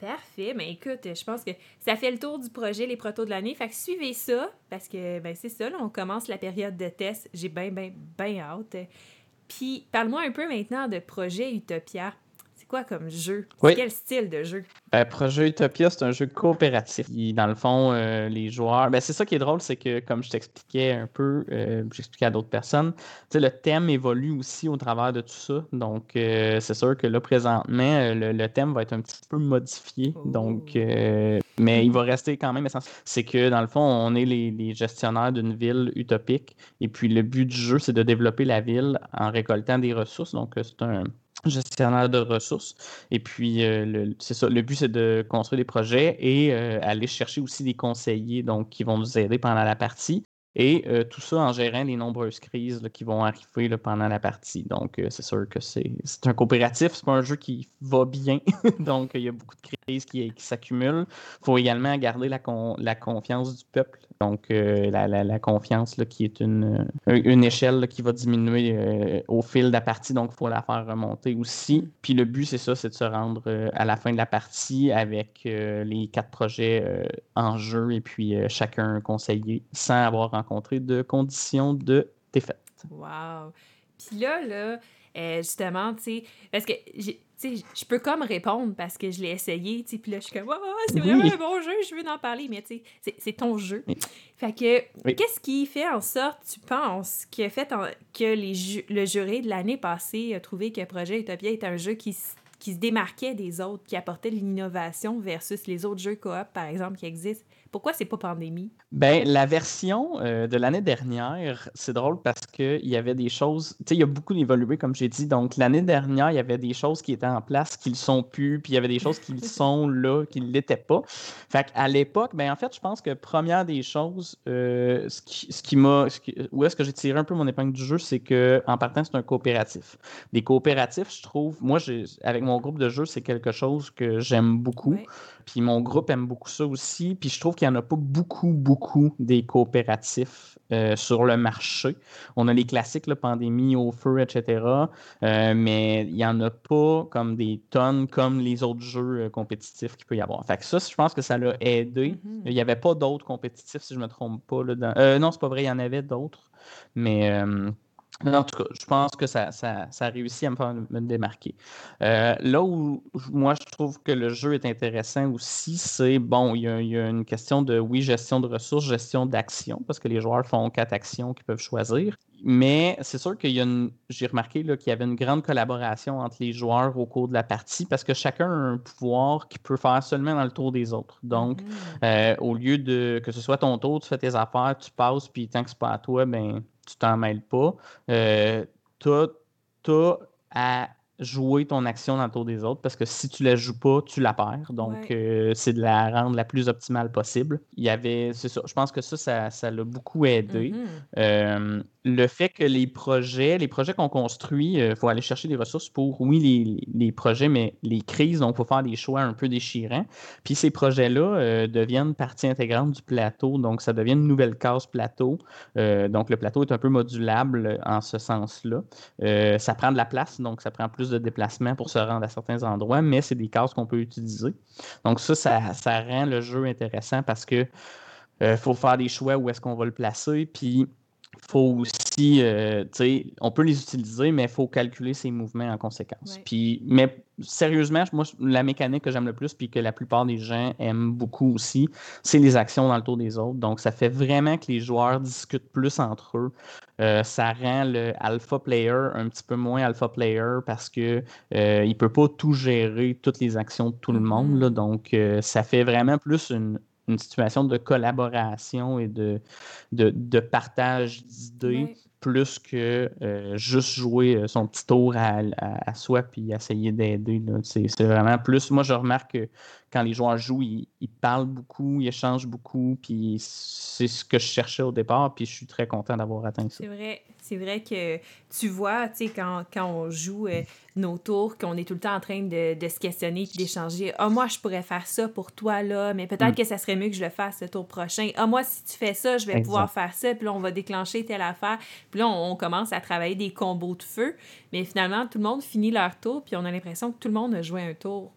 Parfait. Mais écoute, je pense que ça fait le tour du projet Les Protos de l'année. Fait que suivez ça, parce que ben c'est ça, là, on commence la période de test. J'ai bien, bien, bien hâte. Puis, parle-moi un peu maintenant de projet Utopia. C'est quoi comme jeu? C'est Oui. quel style de jeu? Euh, Projet Utopia, c'est un jeu coopératif. Qui, dans le fond, euh, les joueurs. Ben, c'est ça qui est drôle, c'est que, comme je t'expliquais un peu, euh, j'expliquais à d'autres personnes, tu sais, le thème évolue aussi au travers de tout ça. Donc, euh, c'est sûr que là, présentement, euh, le, le thème va être un petit peu modifié. Oh. Donc, euh, mais il va rester quand même essentiel. C'est que, dans le fond, on est les, les gestionnaires d'une ville utopique. Et puis, le but du jeu, c'est de développer la ville en récoltant des ressources. Donc, euh, c'est un gestionnaire de ressources. Et puis, euh, le, c'est ça, le but, c'est de construire des projets et euh, aller chercher aussi des conseillers donc, qui vont nous aider pendant la partie. Et euh, tout ça en gérant les nombreuses crises là, qui vont arriver là, pendant la partie. Donc, euh, c'est sûr que c'est, c'est un coopératif, c'est pas un jeu qui va bien. Donc, il y a beaucoup de crises qui, qui s'accumulent. Il faut également garder la, con, la confiance du peuple. Donc, euh, la, la, la confiance là, qui est une, une échelle là, qui va diminuer euh, au fil de la partie. Donc, il faut la faire remonter aussi. Puis, le but, c'est ça, c'est de se rendre euh, à la fin de la partie avec euh, les quatre projets euh, en jeu et puis euh, chacun conseillé sans avoir rencontré de conditions de défaite. Wow! Puis là, là, euh, justement, tu sais, parce que, tu sais, je peux comme répondre parce que je l'ai essayé, tu sais, puis là, je suis comme, oh, c'est vraiment Oui. un bon jeu, je veux en parler, mais tu sais, c'est, c'est ton jeu. Oui. Fait que, Oui. qu'est-ce qui fait en sorte, tu penses, qui a fait en, que les ju- le jury de l'année passée a trouvé que Projet Utopia est un jeu qui, s- qui se démarquait des autres, qui apportait de l'innovation versus les autres jeux coop, par exemple, qui existent? Pourquoi c'est pas Pandémie? Ben, la version euh, de l'année dernière, c'est drôle parce qu'il y avait des choses, tu sais, il y a beaucoup évolué, comme j'ai dit. Donc, l'année dernière, il y avait des choses qui étaient en place qui ne le sont plus, puis il y avait des choses qui le sont là, qui ne l'étaient pas. Fait qu'à l'époque, ben, en fait, je pense que première des choses, euh, ce qui, ce qui m'a, ce qui- où est-ce que j'ai tiré un peu mon épingle du jeu, c'est que en partant, c'est un coopératif. Des coopératifs, je trouve, moi, j'ai, avec mon groupe de jeu, c'est quelque chose que j'aime beaucoup. Ouais. Puis mon groupe aime beaucoup ça aussi. Puis je trouve qu'il n'y en a pas beaucoup, beaucoup des coopératifs euh, sur le marché. On a les classiques, là, Pandémie, Au Feu, et cetera. Euh, mais il n'y en a pas comme des tonnes comme les autres jeux euh, compétitifs qu'il peut y avoir. Fait que ça, je pense que ça l'a aidé. Mhm. Il n'y avait pas d'autres compétitifs, si je ne me trompe pas. Là, dans... euh, non, c'est pas vrai, il y en avait d'autres. Mais euh, en tout cas, je pense que ça, ça, ça a réussi à me faire me démarquer. Euh, là où moi je trouve que le jeu est intéressant aussi, c'est bon, il y a, il y a une question de oui, gestion de ressources, gestion d'actions, parce que les joueurs font quatre actions qu'ils peuvent choisir. Mais c'est sûr qu'il y a une. J'ai remarqué là, qu'il y avait une grande collaboration entre les joueurs au cours de la partie parce que chacun a un pouvoir qu'il peut faire seulement dans le tour des autres. Donc, Mhm. euh, au lieu de que ce soit ton tour, tu fais tes affaires, tu passes, puis tant que c'est pas à toi, ben tu t'en mêles pas. Euh, t'as, t'as à jouer ton action dans le tour des autres parce que si tu la joues pas, tu la perds. Donc, Ouais. euh, c'est de la rendre la plus optimale possible. Il y avait, c'est ça, je pense que ça, ça, ça l'a beaucoup aidé. Mhm. Euh, le fait que les projets, les projets qu'on construit, il faut aller chercher des ressources pour, oui, les, les projets, mais les crises, donc il faut faire des choix un peu déchirants. Puis ces projets-là euh, deviennent partie intégrante du plateau, donc ça devient une nouvelle case plateau. Euh, donc le plateau est un peu modulable en ce sens-là. Euh, ça prend de la place, donc ça prend plus de déplacement pour se rendre à certains endroits, mais c'est des cases qu'on peut utiliser. Donc ça, ça, ça rend le jeu intéressant parce que euh, faut faire des choix où est-ce qu'on va le placer, puis il faut aussi, euh, tu sais, on peut les utiliser, mais il faut calculer ses mouvements en conséquence. Ouais. Puis, mais sérieusement, moi, la mécanique que j'aime le plus, puis que la plupart des gens aiment beaucoup aussi, c'est les actions dans le tour des autres. Donc, ça fait vraiment que les joueurs discutent plus entre eux. Euh, ça rend le alpha player un petit peu moins alpha player parce que euh, il peut pas tout gérer, toutes les actions de tout le monde. Là. Mhm. Donc, euh, ça fait vraiment plus une, une situation de collaboration et de, de, de partage d'idées Ouais. plus que euh, juste jouer son petit tour à, à, à soi puis essayer d'aider. Là. C'est, c'est vraiment plus. Moi, je remarque que quand les joueurs jouent, ils, ils parlent beaucoup, ils échangent beaucoup, puis c'est ce que je cherchais au départ, puis je suis très content d'avoir atteint ça. C'est vrai, c'est vrai que tu vois, tu sais, quand, quand on joue euh, nos tours, qu'on est tout le temps en train de, de se questionner puis d'échanger. Ah, moi, je pourrais faire ça pour toi, là, mais peut-être Mm. que ça serait mieux que je le fasse le tour prochain. Ah, moi, si tu fais ça, je vais pouvoir Exact. faire ça, puis là, on va déclencher telle affaire. Puis là, on, on commence à travailler des combos de feu, mais finalement, tout le monde finit leur tour, puis on a l'impression que tout le monde a joué un tour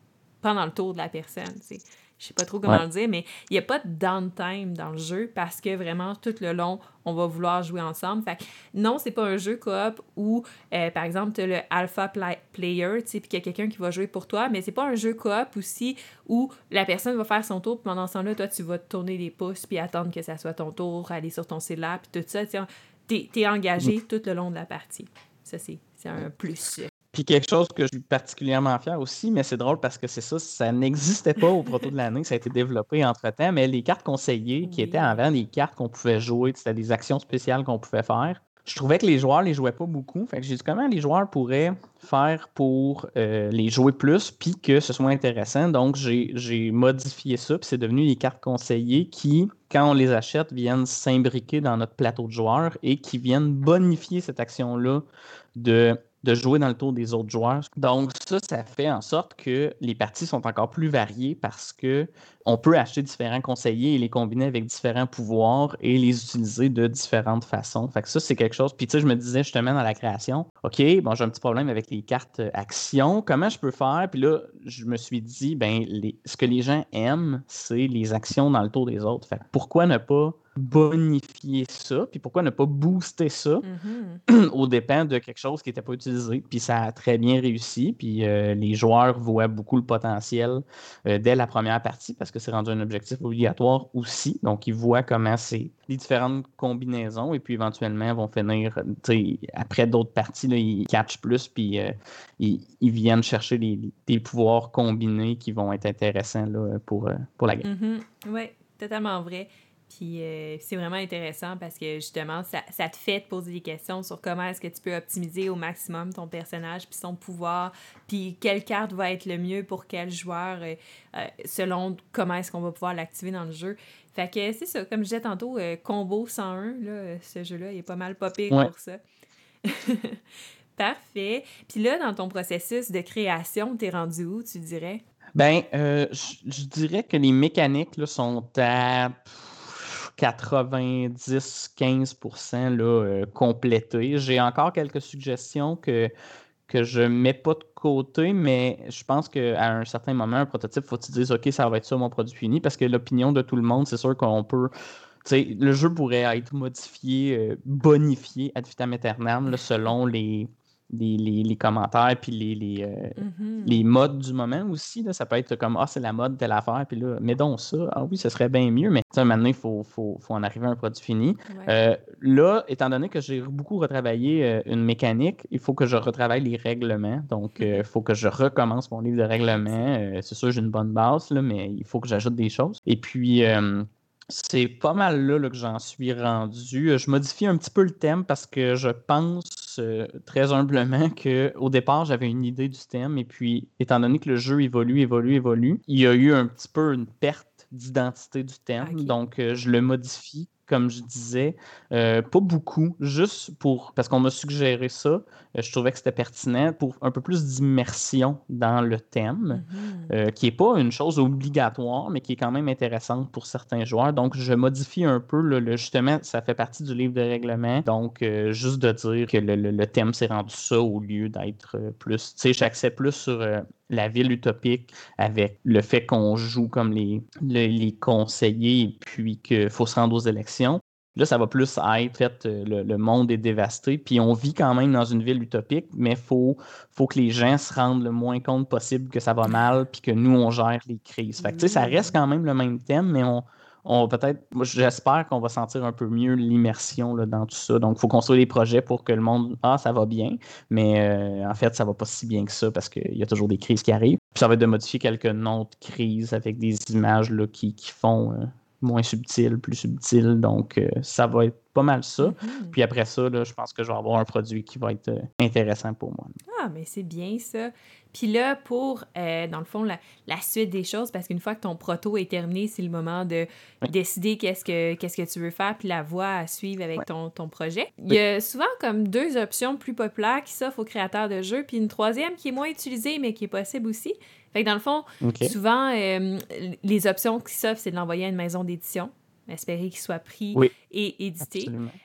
pendant le tour de la personne, tu sais. Je sais pas trop comment Ouais. le dire, mais il n'y a pas de downtime dans le jeu parce que vraiment, tout le long, on va vouloir jouer ensemble. Fait que non, c'est pas un jeu coop où, euh, par exemple, tu as le alpha pla- player, tu sais, puis qu'il y a quelqu'un qui va jouer pour toi, mais c'est pas un jeu coop aussi où la personne va faire son tour, puis pendant ce temps-là, toi, tu vas te tourner les pouces, puis attendre que ça soit ton tour, aller sur ton cellulaire, puis tout ça. Tu sais, t'es, t'es engagé tout le long de la partie. Ça, c'est, c'est un plus. Puis quelque chose que je suis particulièrement fier aussi, mais c'est drôle parce que c'est ça, ça n'existait pas au proto de l'année, ça a été développé entre-temps, mais les cartes conseillées qui étaient Oui. avant des cartes qu'on pouvait jouer, c'était des actions spéciales qu'on pouvait faire. Je trouvais que les joueurs les jouaient pas beaucoup, fait que j'ai dit comment les joueurs pourraient faire pour euh, les jouer plus puis que ce soit intéressant. Donc j'ai, j'ai modifié ça, puis c'est devenu les cartes conseillées qui, quand on les achète, viennent s'imbriquer dans notre plateau de joueurs et qui viennent bonifier cette action-là de de jouer dans le tour des autres joueurs. Donc ça, ça fait en sorte que les parties sont encore plus variées parce que on peut acheter différents conseillers et les combiner avec différents pouvoirs et les utiliser de différentes façons. Fait que ça, c'est quelque chose. Puis tu sais, je me disais justement dans la création, OK, bon, j'ai un petit problème avec les cartes actions. Comment je peux faire? Puis là, je me suis dit, ben, les... ce que les gens aiment, c'est les actions dans le tour des autres. Fait que pourquoi ne pas bonifier ça? Puis pourquoi ne pas booster ça? Mm-hmm. Au dépend de quelque chose qui n'était pas utilisé. Puis ça a très bien réussi. Puis euh, les joueurs voient beaucoup le potentiel euh, dès la première partie parce que c'est rendu un objectif obligatoire aussi. Donc, ils voient comment c'est les différentes combinaisons et puis éventuellement, ils vont finir, après d'autres parties, là, ils catchent plus puis euh, ils, ils, viennent chercher les, des pouvoirs combinés qui vont être intéressants là, pour, euh, pour la game. Mm-hmm. Oui, totalement vrai. Puis euh, c'est vraiment intéressant parce que justement, ça, ça te fait te poser des questions sur comment est-ce que tu peux optimiser au maximum ton personnage puis son pouvoir, puis quelle carte va être le mieux pour quel joueur euh, euh, selon comment est-ce qu'on va pouvoir l'activer dans le jeu. Fait que c'est ça, comme je disais tantôt, euh, Combo cent un, là, ce jeu-là, il est pas mal pas pire Ouais. pour ça. Parfait. Puis là, dans ton processus de création, t'es rendu où, tu dirais? Ben, euh, je, je dirais que les mécaniques là, sont à quatre-vingt-dix à quinze pour cent là, euh, complétées. J'ai encore quelques suggestions que, que je ne mets pas de côté, mais je pense qu'à un certain moment, un prototype, il faut que tu dises, OK, ça va être ça mon produit fini, parce que l'opinion de tout le monde, c'est sûr qu'on peut. Tu sais, le jeu pourrait être modifié, euh, bonifié ad vitam aeternam là, selon les, les, les, les commentaires puis les, les, euh, mm-hmm. les modes du moment aussi. Là, ça peut être comme ah, c'est la mode de l'affaire, puis là, mets donc ça. Ah oui, ce serait bien mieux, mais maintenant, il faut, faut, faut en arriver à un produit fini. Ouais. Euh, là, étant donné que j'ai beaucoup retravaillé euh, une mécanique, il faut que je retravaille les règlements. Donc, il euh, faut que je recommence mon livre de règlements. Euh, c'est sûr, j'ai une bonne base, là, mais il faut que j'ajoute des choses. Et puis, euh, c'est pas mal là, là que j'en suis rendu. Je modifie un petit peu le thème parce que je pense euh, très humblement qu'au départ, j'avais une idée du thème et puis, étant donné que le jeu évolue, évolue, évolue, il y a eu un petit peu une perte d'identité du thème. Okay. Donc, euh, je le modifie, comme je disais, euh, pas beaucoup, juste pour, parce qu'on m'a suggéré ça, euh, je trouvais que c'était pertinent pour un peu plus d'immersion dans le thème, mm-hmm. euh, qui n'est pas une chose obligatoire, mais qui est quand même intéressante pour certains joueurs. Donc, je modifie un peu, le, le, justement, ça fait partie du livre de règlement. Donc, euh, juste de dire que le, le, le thème s'est rendu ça au lieu d'être euh, plus, tu sais, j'axais plus sur euh, la ville utopique avec le fait qu'on joue comme les, les, les conseillers et puis qu'il faut se rendre aux élections. Là, ça va plus être, fait, le, le monde est dévasté, puis on vit quand même dans une ville utopique, mais il faut, faut que les gens se rendent le moins compte possible que ça va mal, puis que nous, on gère les crises. Fait que, tu sais, ça reste quand même le même thème, mais on, on peut-être, moi, j'espère qu'on va sentir un peu mieux l'immersion là, dans tout ça. Donc, il faut construire des projets pour que le monde, ah, ça va bien, mais euh, en fait, ça va pas si bien que ça parce qu'il y a toujours des crises qui arrivent. Puis ça va être de modifier quelques noms de crises avec des images là, qui, qui font... Euh, moins subtil, plus subtil. Donc, euh, ça va être pas mal ça. Mm-hmm. Puis après ça, là, je pense que je vais avoir un produit qui va être euh, intéressant pour moi. Ah, mais c'est bien ça. Puis là, pour, euh, dans le fond, la, la suite des choses, parce qu'une fois que ton proto est terminé, c'est le moment de oui. décider qu'est-ce que, qu'est-ce que tu veux faire, puis la voie à suivre avec ouais. ton, ton projet. Il y a souvent comme deux options plus populaires qui s'offrent aux créateurs de jeux, puis une troisième qui est moins utilisée, mais qui est possible aussi. Fait que dans le fond, okay. souvent, euh, les options qui s'offrent, c'est de l'envoyer à une maison d'édition, espérer qu'il soit pris oui. et édité. Absolument.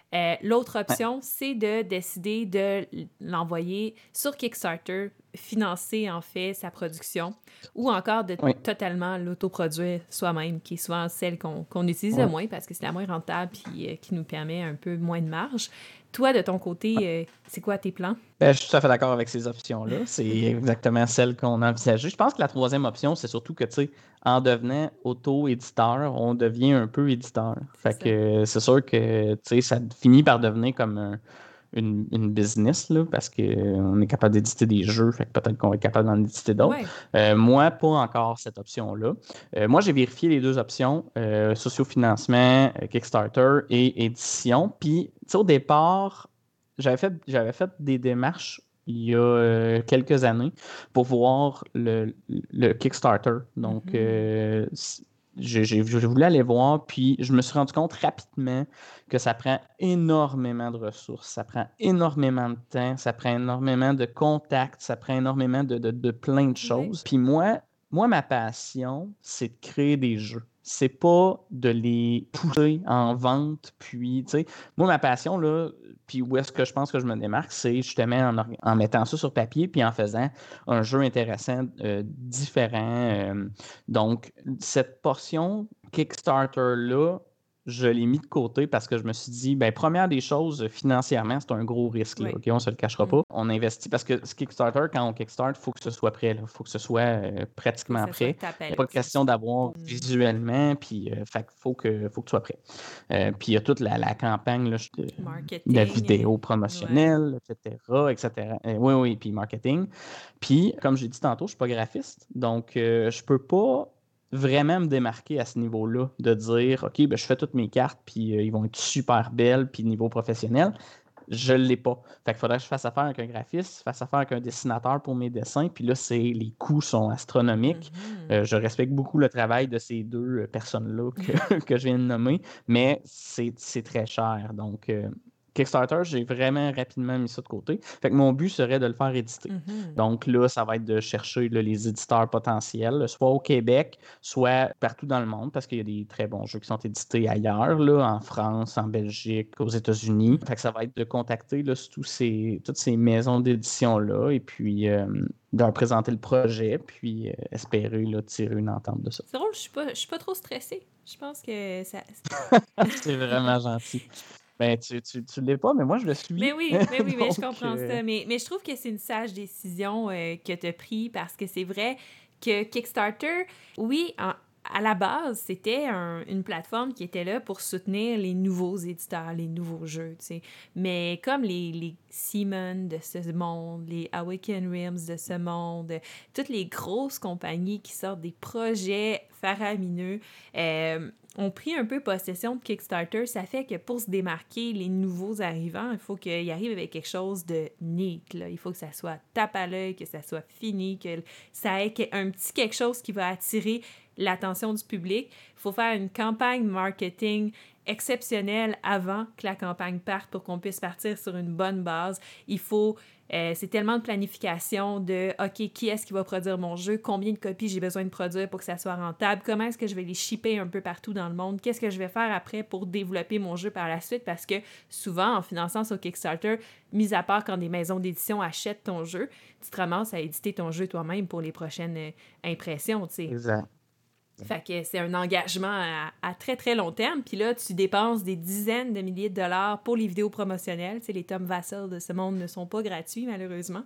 Euh, l'autre Ouais. option, c'est de décider de l'envoyer sur Kickstarter, financer en fait sa production, ou encore de Oui. totalement l'autoproduire soi-même, qui est souvent celle qu'on qu'on utilise le Ouais. moins parce que c'est la moins rentable puis euh, qui nous permet un peu moins de marge. Toi, de ton côté, euh, c'est quoi tes plans? Ben, je suis tout à fait d'accord avec ces options-là. C'est exactement celle qu'on a envisagée. Je pense que la troisième option, c'est surtout que, tu sais, en devenant auto-éditeur, on devient un peu éditeur. C'est Fait ça. que c'est sûr que, tu sais, ça finit par devenir comme un- une, une business, là, parce qu'on est capable d'éditer des jeux, fait que peut-être qu'on va être capable d'en éditer d'autres. Ouais. Euh, moi, pas encore cette option-là. Euh, moi, j'ai vérifié les deux options, euh, sociofinancement, euh, Kickstarter et édition. Puis, tu sais, au départ, j'avais fait, j'avais fait des démarches il y a euh, quelques années pour voir le, le Kickstarter. Donc, Mhm. euh, c- j'ai, j'ai- j'ai voulu aller voir, puis je me suis rendu compte rapidement que ça prend énormément de ressources, ça prend énormément de temps, ça prend énormément de contacts, ça prend énormément de, de, de plein de Ouais. choses. Puis moi, moi, ma passion, c'est de créer des jeux. C'est pas de les pousser en vente, puis, tu sais, moi, ma passion, là, puis où est-ce que je pense que je me démarque, c'est justement en, or- en mettant ça sur papier, puis en faisant un jeu intéressant, euh, différent. euh. Donc, cette portion Kickstarter-là, je l'ai mis de côté parce que je me suis dit, ben, première des choses, financièrement, c'est un gros risque, là, Ouais. OK? On se le cachera Mm. pas. On investit parce que ce Kickstarter, quand on Kickstart, il faut que ce soit prêt, il faut que ce soit euh, Faut que pratiquement ça soit prêt. tape à Il n'y a pas l'œil. question d'avoir Mm. visuellement, puis euh, fait qu'il faut que, faut que tu sois prêt. Euh, puis il y a toute la, la campagne là, de, de la Marketing. vidéo euh, Ouais. promotionnelle, et cetera, et cetera. Euh, oui, oui, puis marketing. Puis, comme j'ai dit tantôt, je ne suis pas graphiste, donc euh, je ne peux pas vraiment me démarquer à ce niveau-là, de dire, OK, ben, je fais toutes mes cartes, puis euh, ils vont être super belles, puis niveau professionnel. Je ne l'ai pas. Fait qu'il faudrait que je fasse affaire avec un graphiste, fasse affaire avec un dessinateur pour mes dessins. Puis là, c'est, les coûts sont astronomiques. Mhm. Euh, je respecte beaucoup le travail de ces deux euh, personnes-là que, que je viens de nommer, mais c'est, c'est très cher. Donc, euh, Kickstarter, j'ai vraiment rapidement mis ça de côté. Fait que mon but serait de le faire éditer. Mhm. Donc là, ça va être de chercher là, les éditeurs potentiels, soit au Québec, soit partout dans le monde, parce qu'il y a des très bons jeux qui sont édités ailleurs, là, en France, en Belgique, aux États-Unis. Fait que ça va être de contacter là, tous ces, toutes ces maisons d'édition-là et puis euh, de leur présenter le projet, puis euh, espérer là, tirer une entente de ça. C'est drôle, je suis pas, je suis pas trop stressée. Je pense que ça. C'est vraiment gentil. Ben, tu, tu, tu l'es pas, mais moi, je le Mais suis. oui, mais oui, mais je Donc, comprends euh, ça. Mais, mais je trouve que c'est une sage décision euh, que tu as prise parce que c'est vrai que Kickstarter, oui, en- à la base, c'était un- une plateforme qui était là pour soutenir les nouveaux éditeurs, les nouveaux jeux, tu sais. Mais comme les, les Simon de ce monde, les Awaken Realms de ce monde, toutes les grosses compagnies qui sortent des projets faramineux, euh, ont pris un peu possession de Kickstarter. Ça fait que pour se démarquer, les nouveaux arrivants, il faut qu'ils arrivent avec quelque chose de neat, là. Il faut que ça soit tape à l'œil, que ça soit fini, que ça ait un petit quelque chose qui va attirer l'attention du public. Il faut faire une campagne marketing exceptionnelle avant que la campagne parte pour qu'on puisse partir sur une bonne base. Il faut... Euh, c'est tellement de planification de OK, qui est-ce qui va produire mon jeu, combien de copies j'ai besoin de produire pour que ça soit rentable, comment est-ce que je vais les shipper un peu partout dans le monde, qu'est-ce que je vais faire après pour développer mon jeu par la suite, parce que souvent, en finançant sur Kickstarter, mis à part quand des maisons d'édition achètent ton jeu, tu te ramasses à éditer ton jeu toi-même pour les prochaines euh, impressions, tu sais. exact. Fait que c'est un engagement à, à très, très long terme. Puis là, tu dépenses des dizaines de milliers de dollars pour les vidéos promotionnelles. Tu sais, les Tom Vassell de ce monde ne sont pas gratuits, malheureusement.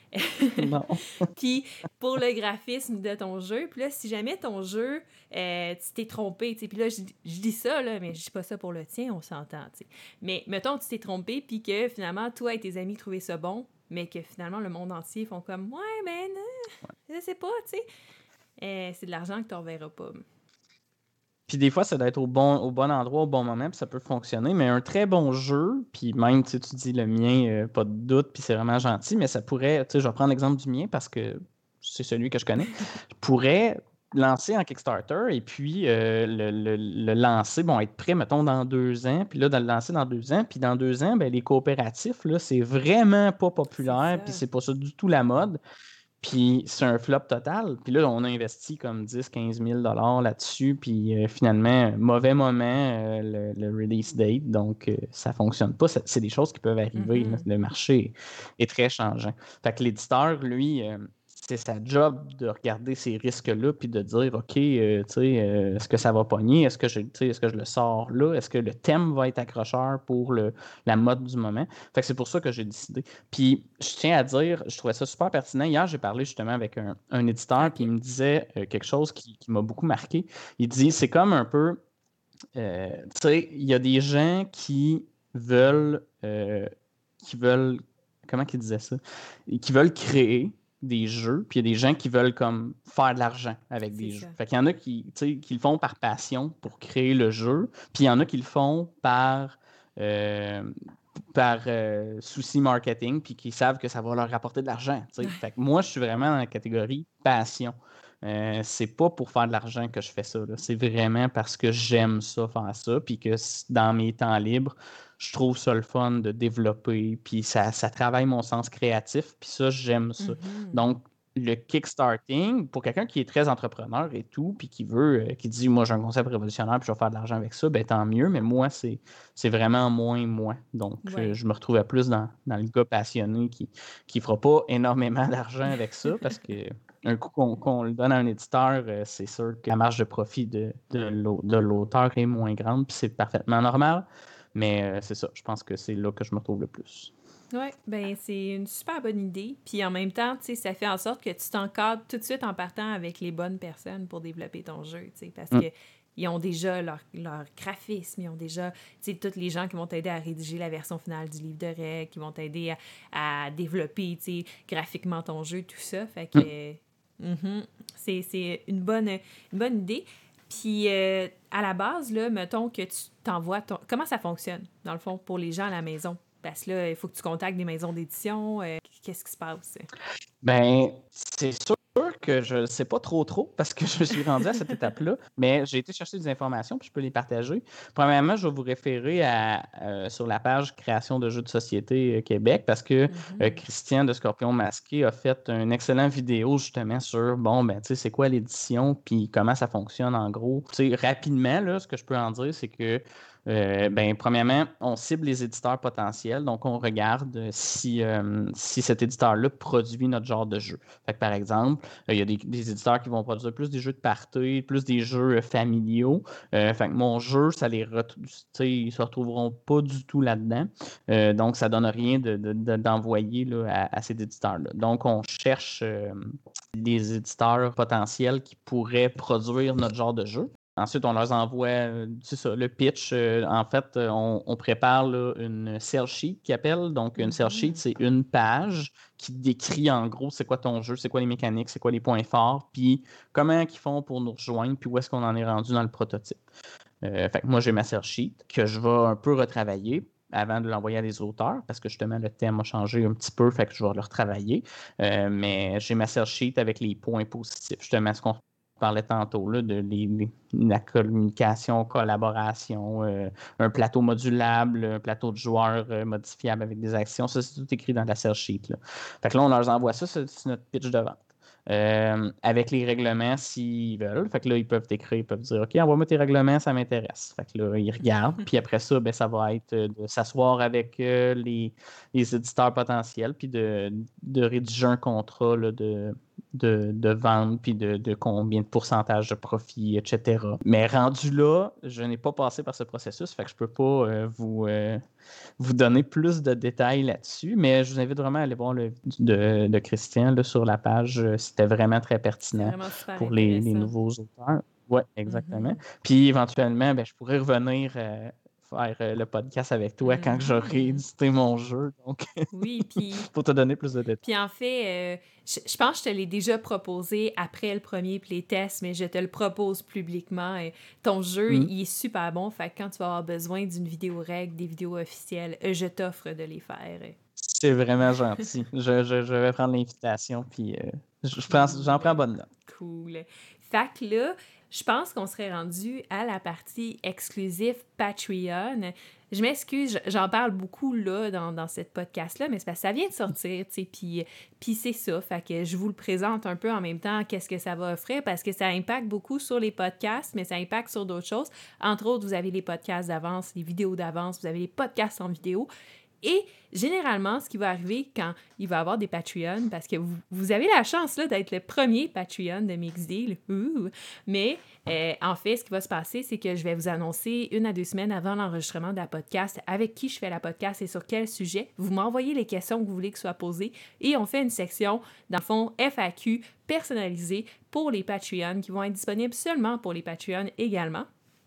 Non. Puis pour le graphisme de ton jeu, puis là, si jamais ton jeu, euh, tu t'es trompé, tu sais, puis là, je, je dis ça, là, mais je dis pas ça pour le tien, on s'entend, tu sais. Mais mettons, tu t'es trompé, puis que finalement, toi et tes amis trouvaient ça bon, mais que finalement, le monde entier font comme « Ouais, ben, non, je sais pas, tu sais. Euh, c'est de l'argent que tu reverras pas. » Puis des fois, ça doit être au bon, au bon endroit, au bon moment, puis ça peut fonctionner. Mais un très bon jeu, puis même, tu sais, tu dis le mien, euh, pas de doute, puis c'est vraiment gentil, mais ça pourrait, tu sais, je vais prendre l'exemple du mien parce que c'est celui que je connais, pourrait lancer en Kickstarter et puis euh, le, le- le lancer, bon, être prêt, mettons, dans deux ans, puis là, de le lancer dans deux ans, puis dans deux ans, ben, les coopératifs, là, c'est vraiment pas C'est populaire, puis ça. c'est pas ça du tout la mode. Puis c'est un flop total. Puis là, on a investi comme dix à quinze mille dollars là-dessus. Puis euh, finalement, mauvais moment, euh, le, le release date. Donc, euh, ça fonctionne pas. C'est, c'est des choses qui peuvent arriver. Là. Mhm. Le marché est très changeant. Fait que l'éditeur, lui, euh, c'est sa job de regarder ces risques-là puis de dire, OK, euh, tu sais, euh, est-ce que ça va pogner? Est-ce que, je, tu sais, est-ce que je le sors là? Est-ce que le thème va être accrocheur pour le, la mode du moment? Fait que c'est pour ça que j'ai décidé. Puis, je tiens à dire, je trouvais ça super pertinent. Hier, j'ai parlé justement avec un, un éditeur, puis il OK. me disait euh, quelque chose qui, qui m'a beaucoup marqué. Il dit, c'est comme un peu, euh, tu sais, il y a des gens qui veulent, euh, qui veulent, comment qu'il disait ça? Qui veulent créer des jeux, puis il y a des gens qui veulent comme faire de l'argent avec C'est des jeux. ça. Fait qu'il y en a qui, tu sais, qui le font par passion pour créer le jeu, puis il y en a qui le font par, euh, par euh, souci marketing, puis qui savent que ça va leur rapporter de l'argent. tu sais. Fait que moi, je suis vraiment dans la catégorie passion. Euh, c'est pas pour faire de l'argent que je fais ça. là. C'est vraiment parce que j'aime ça, faire ça, puis que s- dans mes temps libres, je trouve ça le fun de développer, puis ça, ça travaille mon sens créatif, puis ça, j'aime ça. Mhm. Donc, le kickstarting, pour quelqu'un qui est très entrepreneur et tout, puis qui veut, euh, qui dit, moi, j'ai un concept révolutionnaire, puis je vais faire de l'argent avec ça, ben tant mieux, mais moi, c'est, c'est vraiment moins moi. Donc, euh, Ouais. je me retrouvais plus dans, dans le gars passionné qui ne fera pas énormément d'argent avec ça, parce que un coup qu'on, qu'on le donne à un éditeur, euh, c'est sûr que la marge de profit de, de, l'au- de l'auteur est moins grande, puis c'est parfaitement normal. Mais euh, c'est ça, je pense que c'est là que je me retrouve le plus. Ouais, ben c'est une super bonne idée. Puis en même temps, tu sais, ça fait en sorte que tu t'encadres tout de suite en partant avec les bonnes personnes pour développer ton jeu, tu sais, parce Mm. que ils ont déjà leur, leur graphisme, ils ont déjà, tu sais, tous les gens qui vont t'aider à rédiger la version finale du livre de règles, qui vont t'aider à, à développer, tu sais, graphiquement ton jeu, tout ça. Fait Mm. que, mhm, c'est, c'est une bonne, une bonne idée. Puis, euh, à la base, là, mettons que tu t'envoies ton... Comment ça fonctionne, dans le fond, pour les gens à la maison? Parce que là, il faut que tu contactes des maisons d'édition. euh, qu'est-ce qui se passe? Ben, c'est sûr que je ne sais pas trop trop parce que je suis rendu à cette étape-là, mais j'ai été chercher des informations puis je peux les partager. Premièrement, je vais vous référer à, euh, sur la page Création de jeux de société euh, Québec parce que euh, Mhm. Christian de Scorpion Masqué a fait une excellente vidéo justement sur, bon, ben, tu sais, c'est quoi l'édition puis comment ça fonctionne en gros. Tu sais, rapidement, là, ce que je peux en dire, c'est que euh, ben, premièrement, on cible les éditeurs potentiels, donc on regarde si, euh, si cet éditeur-là produit notre genre de jeu. Fait que, par exemple, euh, il y a des, des éditeurs qui vont produire plus des jeux de party, plus des jeux euh, familiaux. Euh, fait que mon jeu, ça les ret- tu sais, ils se retrouveront pas du tout là-dedans. Euh, donc, ça donne rien de, de- de- d'envoyer là, à, à ces éditeurs-là. Donc, on cherche euh, des éditeurs potentiels qui pourraient produire notre genre de jeu. Ensuite, on leur envoie, euh, c'est ça, le pitch. Euh, en fait, euh, on, on prépare là, une sell sheet qui appelle. Donc, une sell sheet, Mhm. c'est une page qui décrit en gros c'est quoi ton jeu, c'est quoi les mécaniques, c'est quoi les points forts, puis comment ils font pour nous rejoindre, puis où est-ce qu'on en est rendu dans le prototype. Euh, fait que moi, j'ai ma sell sheet que je vais un peu retravailler avant de l'envoyer à des auteurs, parce que justement, le thème a changé un petit peu, fait que je vais le retravailler. Euh, mais j'ai ma sell sheet avec les points positifs, justement, ce qu'on parlait tantôt, là, de les, les, la communication, collaboration, euh, un plateau modulable, un plateau de joueurs euh, modifiable avec des actions. Ça, c'est tout écrit dans la sell sheet. Là. Fait que là, on leur envoie ça, c'est notre pitch de vente. Euh, avec les règlements s'ils veulent. Fait que là, ils peuvent t'écrire, ils peuvent dire OK, envoie-moi tes règlements, ça m'intéresse. Fait que là, ils regardent. Puis après ça, ben, ça va être de s'asseoir avec euh, les, les éditeurs potentiels, puis de, de rédiger un contrat là, de, de, de vente, puis de, de combien de pourcentage de profit, et cetera. Mais rendu là, je n'ai pas passé par ce processus, fait que je peux pas euh, vous, euh, vous donner plus de détails là-dessus, mais je vous invite vraiment à aller voir le de, de Christian là, sur la page. C'était vraiment très C'est pertinent vraiment super pour les, les intéressant. nouveaux auteurs. Oui, exactement. Mhm. Puis éventuellement, ben, je pourrais revenir euh, faire euh, le podcast avec toi quand j'aurai Mhm. édité mon jeu, donc Oui, puis pour te donner plus de détails. Puis en fait, euh, je, je pense que je te l'ai déjà proposé après le premier playtest, mais je te le propose publiquement. Et ton jeu, Mm. il est super bon. Fait que quand tu vas avoir besoin d'une vidéo règle, des vidéos officielles, euh, je t'offre de les faire. C'est vraiment gentil. Je, je, je vais prendre l'invitation, puis euh, je, je prends, j'en prends Cool. bonne note. Cool. Fait que là, je pense qu'on serait rendu à la partie exclusive Patreon. Je m'excuse, j'en parle beaucoup là dans, dans cette podcast-là, mais c'est parce que ça vient de sortir, tu sais, puis, puis c'est ça, fait que je vous le présente un peu en même temps, qu'est-ce que ça va offrir, parce que ça impacte beaucoup sur les podcasts, mais ça impacte sur d'autres choses. Entre autres, vous avez les podcasts d'avance, les vidéos d'avance, vous avez les podcasts en vidéo. Et généralement, ce qui va arriver quand il va y avoir des Patreons, parce que vous, vous avez la chance là, d'être le premier Patreon de Mixdeal, ouh, mais euh, en fait, ce qui va se passer, c'est que je vais vous annoncer une à deux semaines avant l'enregistrement de la podcast avec qui je fais la podcast et sur quel sujet. Vous m'envoyez les questions que vous voulez que soient posées et on fait une section, dans le fond, F A Q personnalisée pour les Patreons qui vont être disponibles seulement pour les Patreons également.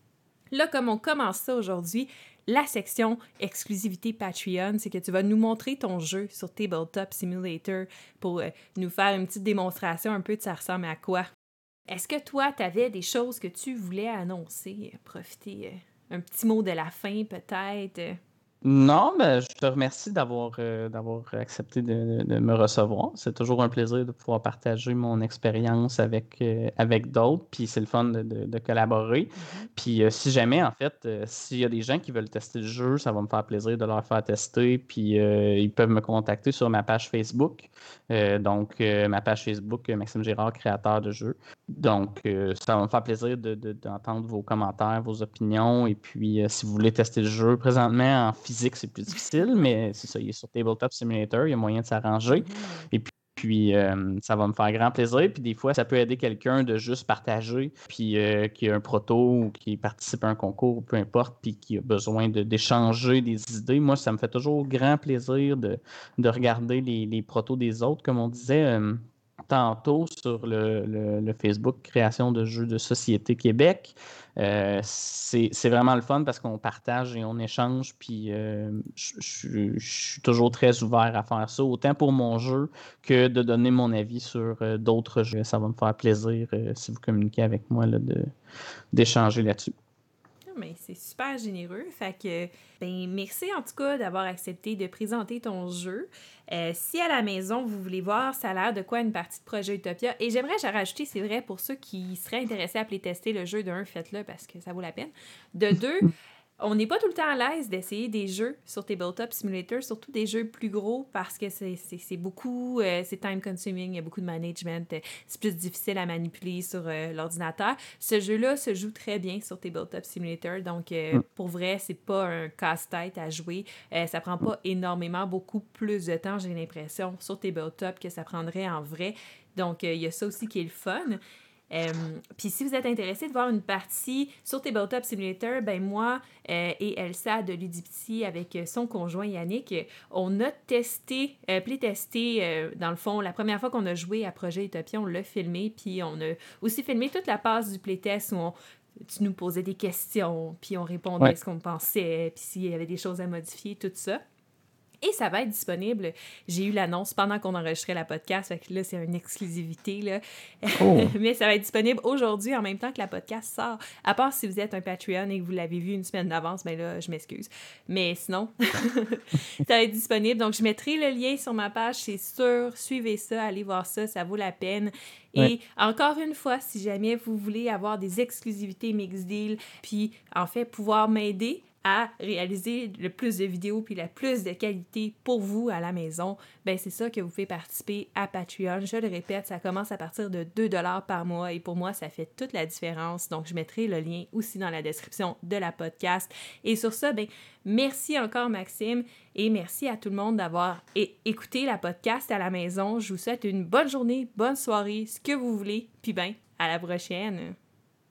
Là, comme on commence ça aujourd'hui, la section exclusivité Patreon, c'est que tu vas nous montrer ton jeu sur Tabletop Simulator pour euh, nous faire une petite démonstration un peu de ça ressemble à quoi. Est-ce que toi, tu avais des choses que tu voulais annoncer? Profiter euh, un petit mot de la fin peut-être? Non, mais je te remercie d'avoir euh, d'avoir accepté de, de- de me recevoir. C'est toujours un plaisir de pouvoir partager mon expérience avec, euh, avec d'autres, puis c'est le fun de, de- de collaborer. Mm-hmm. Puis euh, si jamais, en fait, euh, s'il y a des gens qui veulent tester le jeu, ça va me faire plaisir de leur faire tester, puis euh, ils peuvent me contacter sur ma page Facebook. Euh, donc, euh, ma page Facebook, euh, Maxime Girard, créateur de jeux. Donc, euh, ça va me faire plaisir de, de- d'entendre vos commentaires, vos opinions. Et puis, euh, si vous voulez tester le jeu, présentement, en physique, c'est plus difficile, mais c'est ça, il est sur Tabletop Simulator, il y a moyen de s'arranger. Mm-hmm. Et puis, puis euh, ça va me faire grand plaisir. Puis des fois, ça peut aider quelqu'un de juste partager, puis euh, qui a un proto ou qui participe à un concours, ou peu importe, puis qui a besoin de, d'échanger des idées. Moi, ça me fait toujours grand plaisir de, de regarder les, les protos des autres, comme on disait. Euh, tantôt sur le, le- le Facebook Création de jeux de société Québec. Euh, c'est, c'est vraiment le fun parce qu'on partage et on échange, puis euh, je je- je suis toujours très ouvert à faire ça, autant pour mon jeu que de donner mon avis sur euh, d'autres jeux. Ça va me faire plaisir, euh, si vous communiquez avec moi, là, de, d'échanger là-dessus. Mais c'est super généreux. Fait que, ben, merci en tout cas d'avoir accepté de présenter ton jeu. Euh, si à la maison, vous voulez voir, ça a l'air de quoi une partie de Projet Utopia. Et j'aimerais j'ai rajouté, c'est vrai, pour ceux qui seraient intéressés à tester le jeu, d'un, faites-le parce que ça vaut la peine. De deux, on n'est pas tout le temps à l'aise d'essayer des jeux sur Tabletop Simulator, surtout des jeux plus gros parce que c'est, c'est, c'est beaucoup, euh, c'est time consuming, il y a beaucoup de management, euh, c'est plus difficile à manipuler sur euh, l'ordinateur. Ce jeu-là se joue très bien sur Tabletop Simulator, donc euh, Mm. pour vrai, c'est pas un casse-tête à jouer. Euh, ça prend pas énormément, beaucoup plus de temps, j'ai l'impression, sur Tabletop que ça prendrait en vrai. Donc, euh, il y a ça aussi qui est le fun. Euh, Puis si vous êtes intéressé de voir une partie sur Tabletop Simulator, ben moi euh, et Elsa de Ludipsy avec son conjoint Yannick, on a testé, euh, playtesté, euh, dans le fond, la première fois qu'on a joué à Projet Utopia, on l'a filmé, puis on a aussi filmé toute la passe du playtest où on, tu nous posais des questions, puis on répondait Ouais. ce qu'on pensait, puis s'il y avait des choses à modifier, tout ça. Et ça va être disponible. J'ai eu l'annonce pendant qu'on enregistrait la podcast, fait que là, c'est une exclusivité, là. Oh. Mais ça va être disponible aujourd'hui en même temps que la podcast sort. À part si vous êtes un Patreon et que vous l'avez vu une semaine d'avance, ben là, je m'excuse. Mais sinon, ça va être disponible. Donc, je mettrai le lien sur ma page, c'est sûr. Suivez ça, allez voir ça, ça vaut la peine. Ouais. Et encore une fois, si jamais vous voulez avoir des exclusivités Mixdeal, puis en fait, pouvoir m'aider à réaliser le plus de vidéos puis la plus de qualité pour vous à la maison, ben c'est ça que vous faites participer à Patreon. Je le répète, ça commence à partir de deux dollars par mois et pour moi, ça fait toute la différence. Donc, je mettrai le lien aussi dans la description de la podcast. Et sur ça, ben merci encore Maxime et merci à tout le monde d'avoir é- écouté la podcast à la maison. Je vous souhaite une bonne journée, bonne soirée, ce que vous voulez, puis ben, à la prochaine!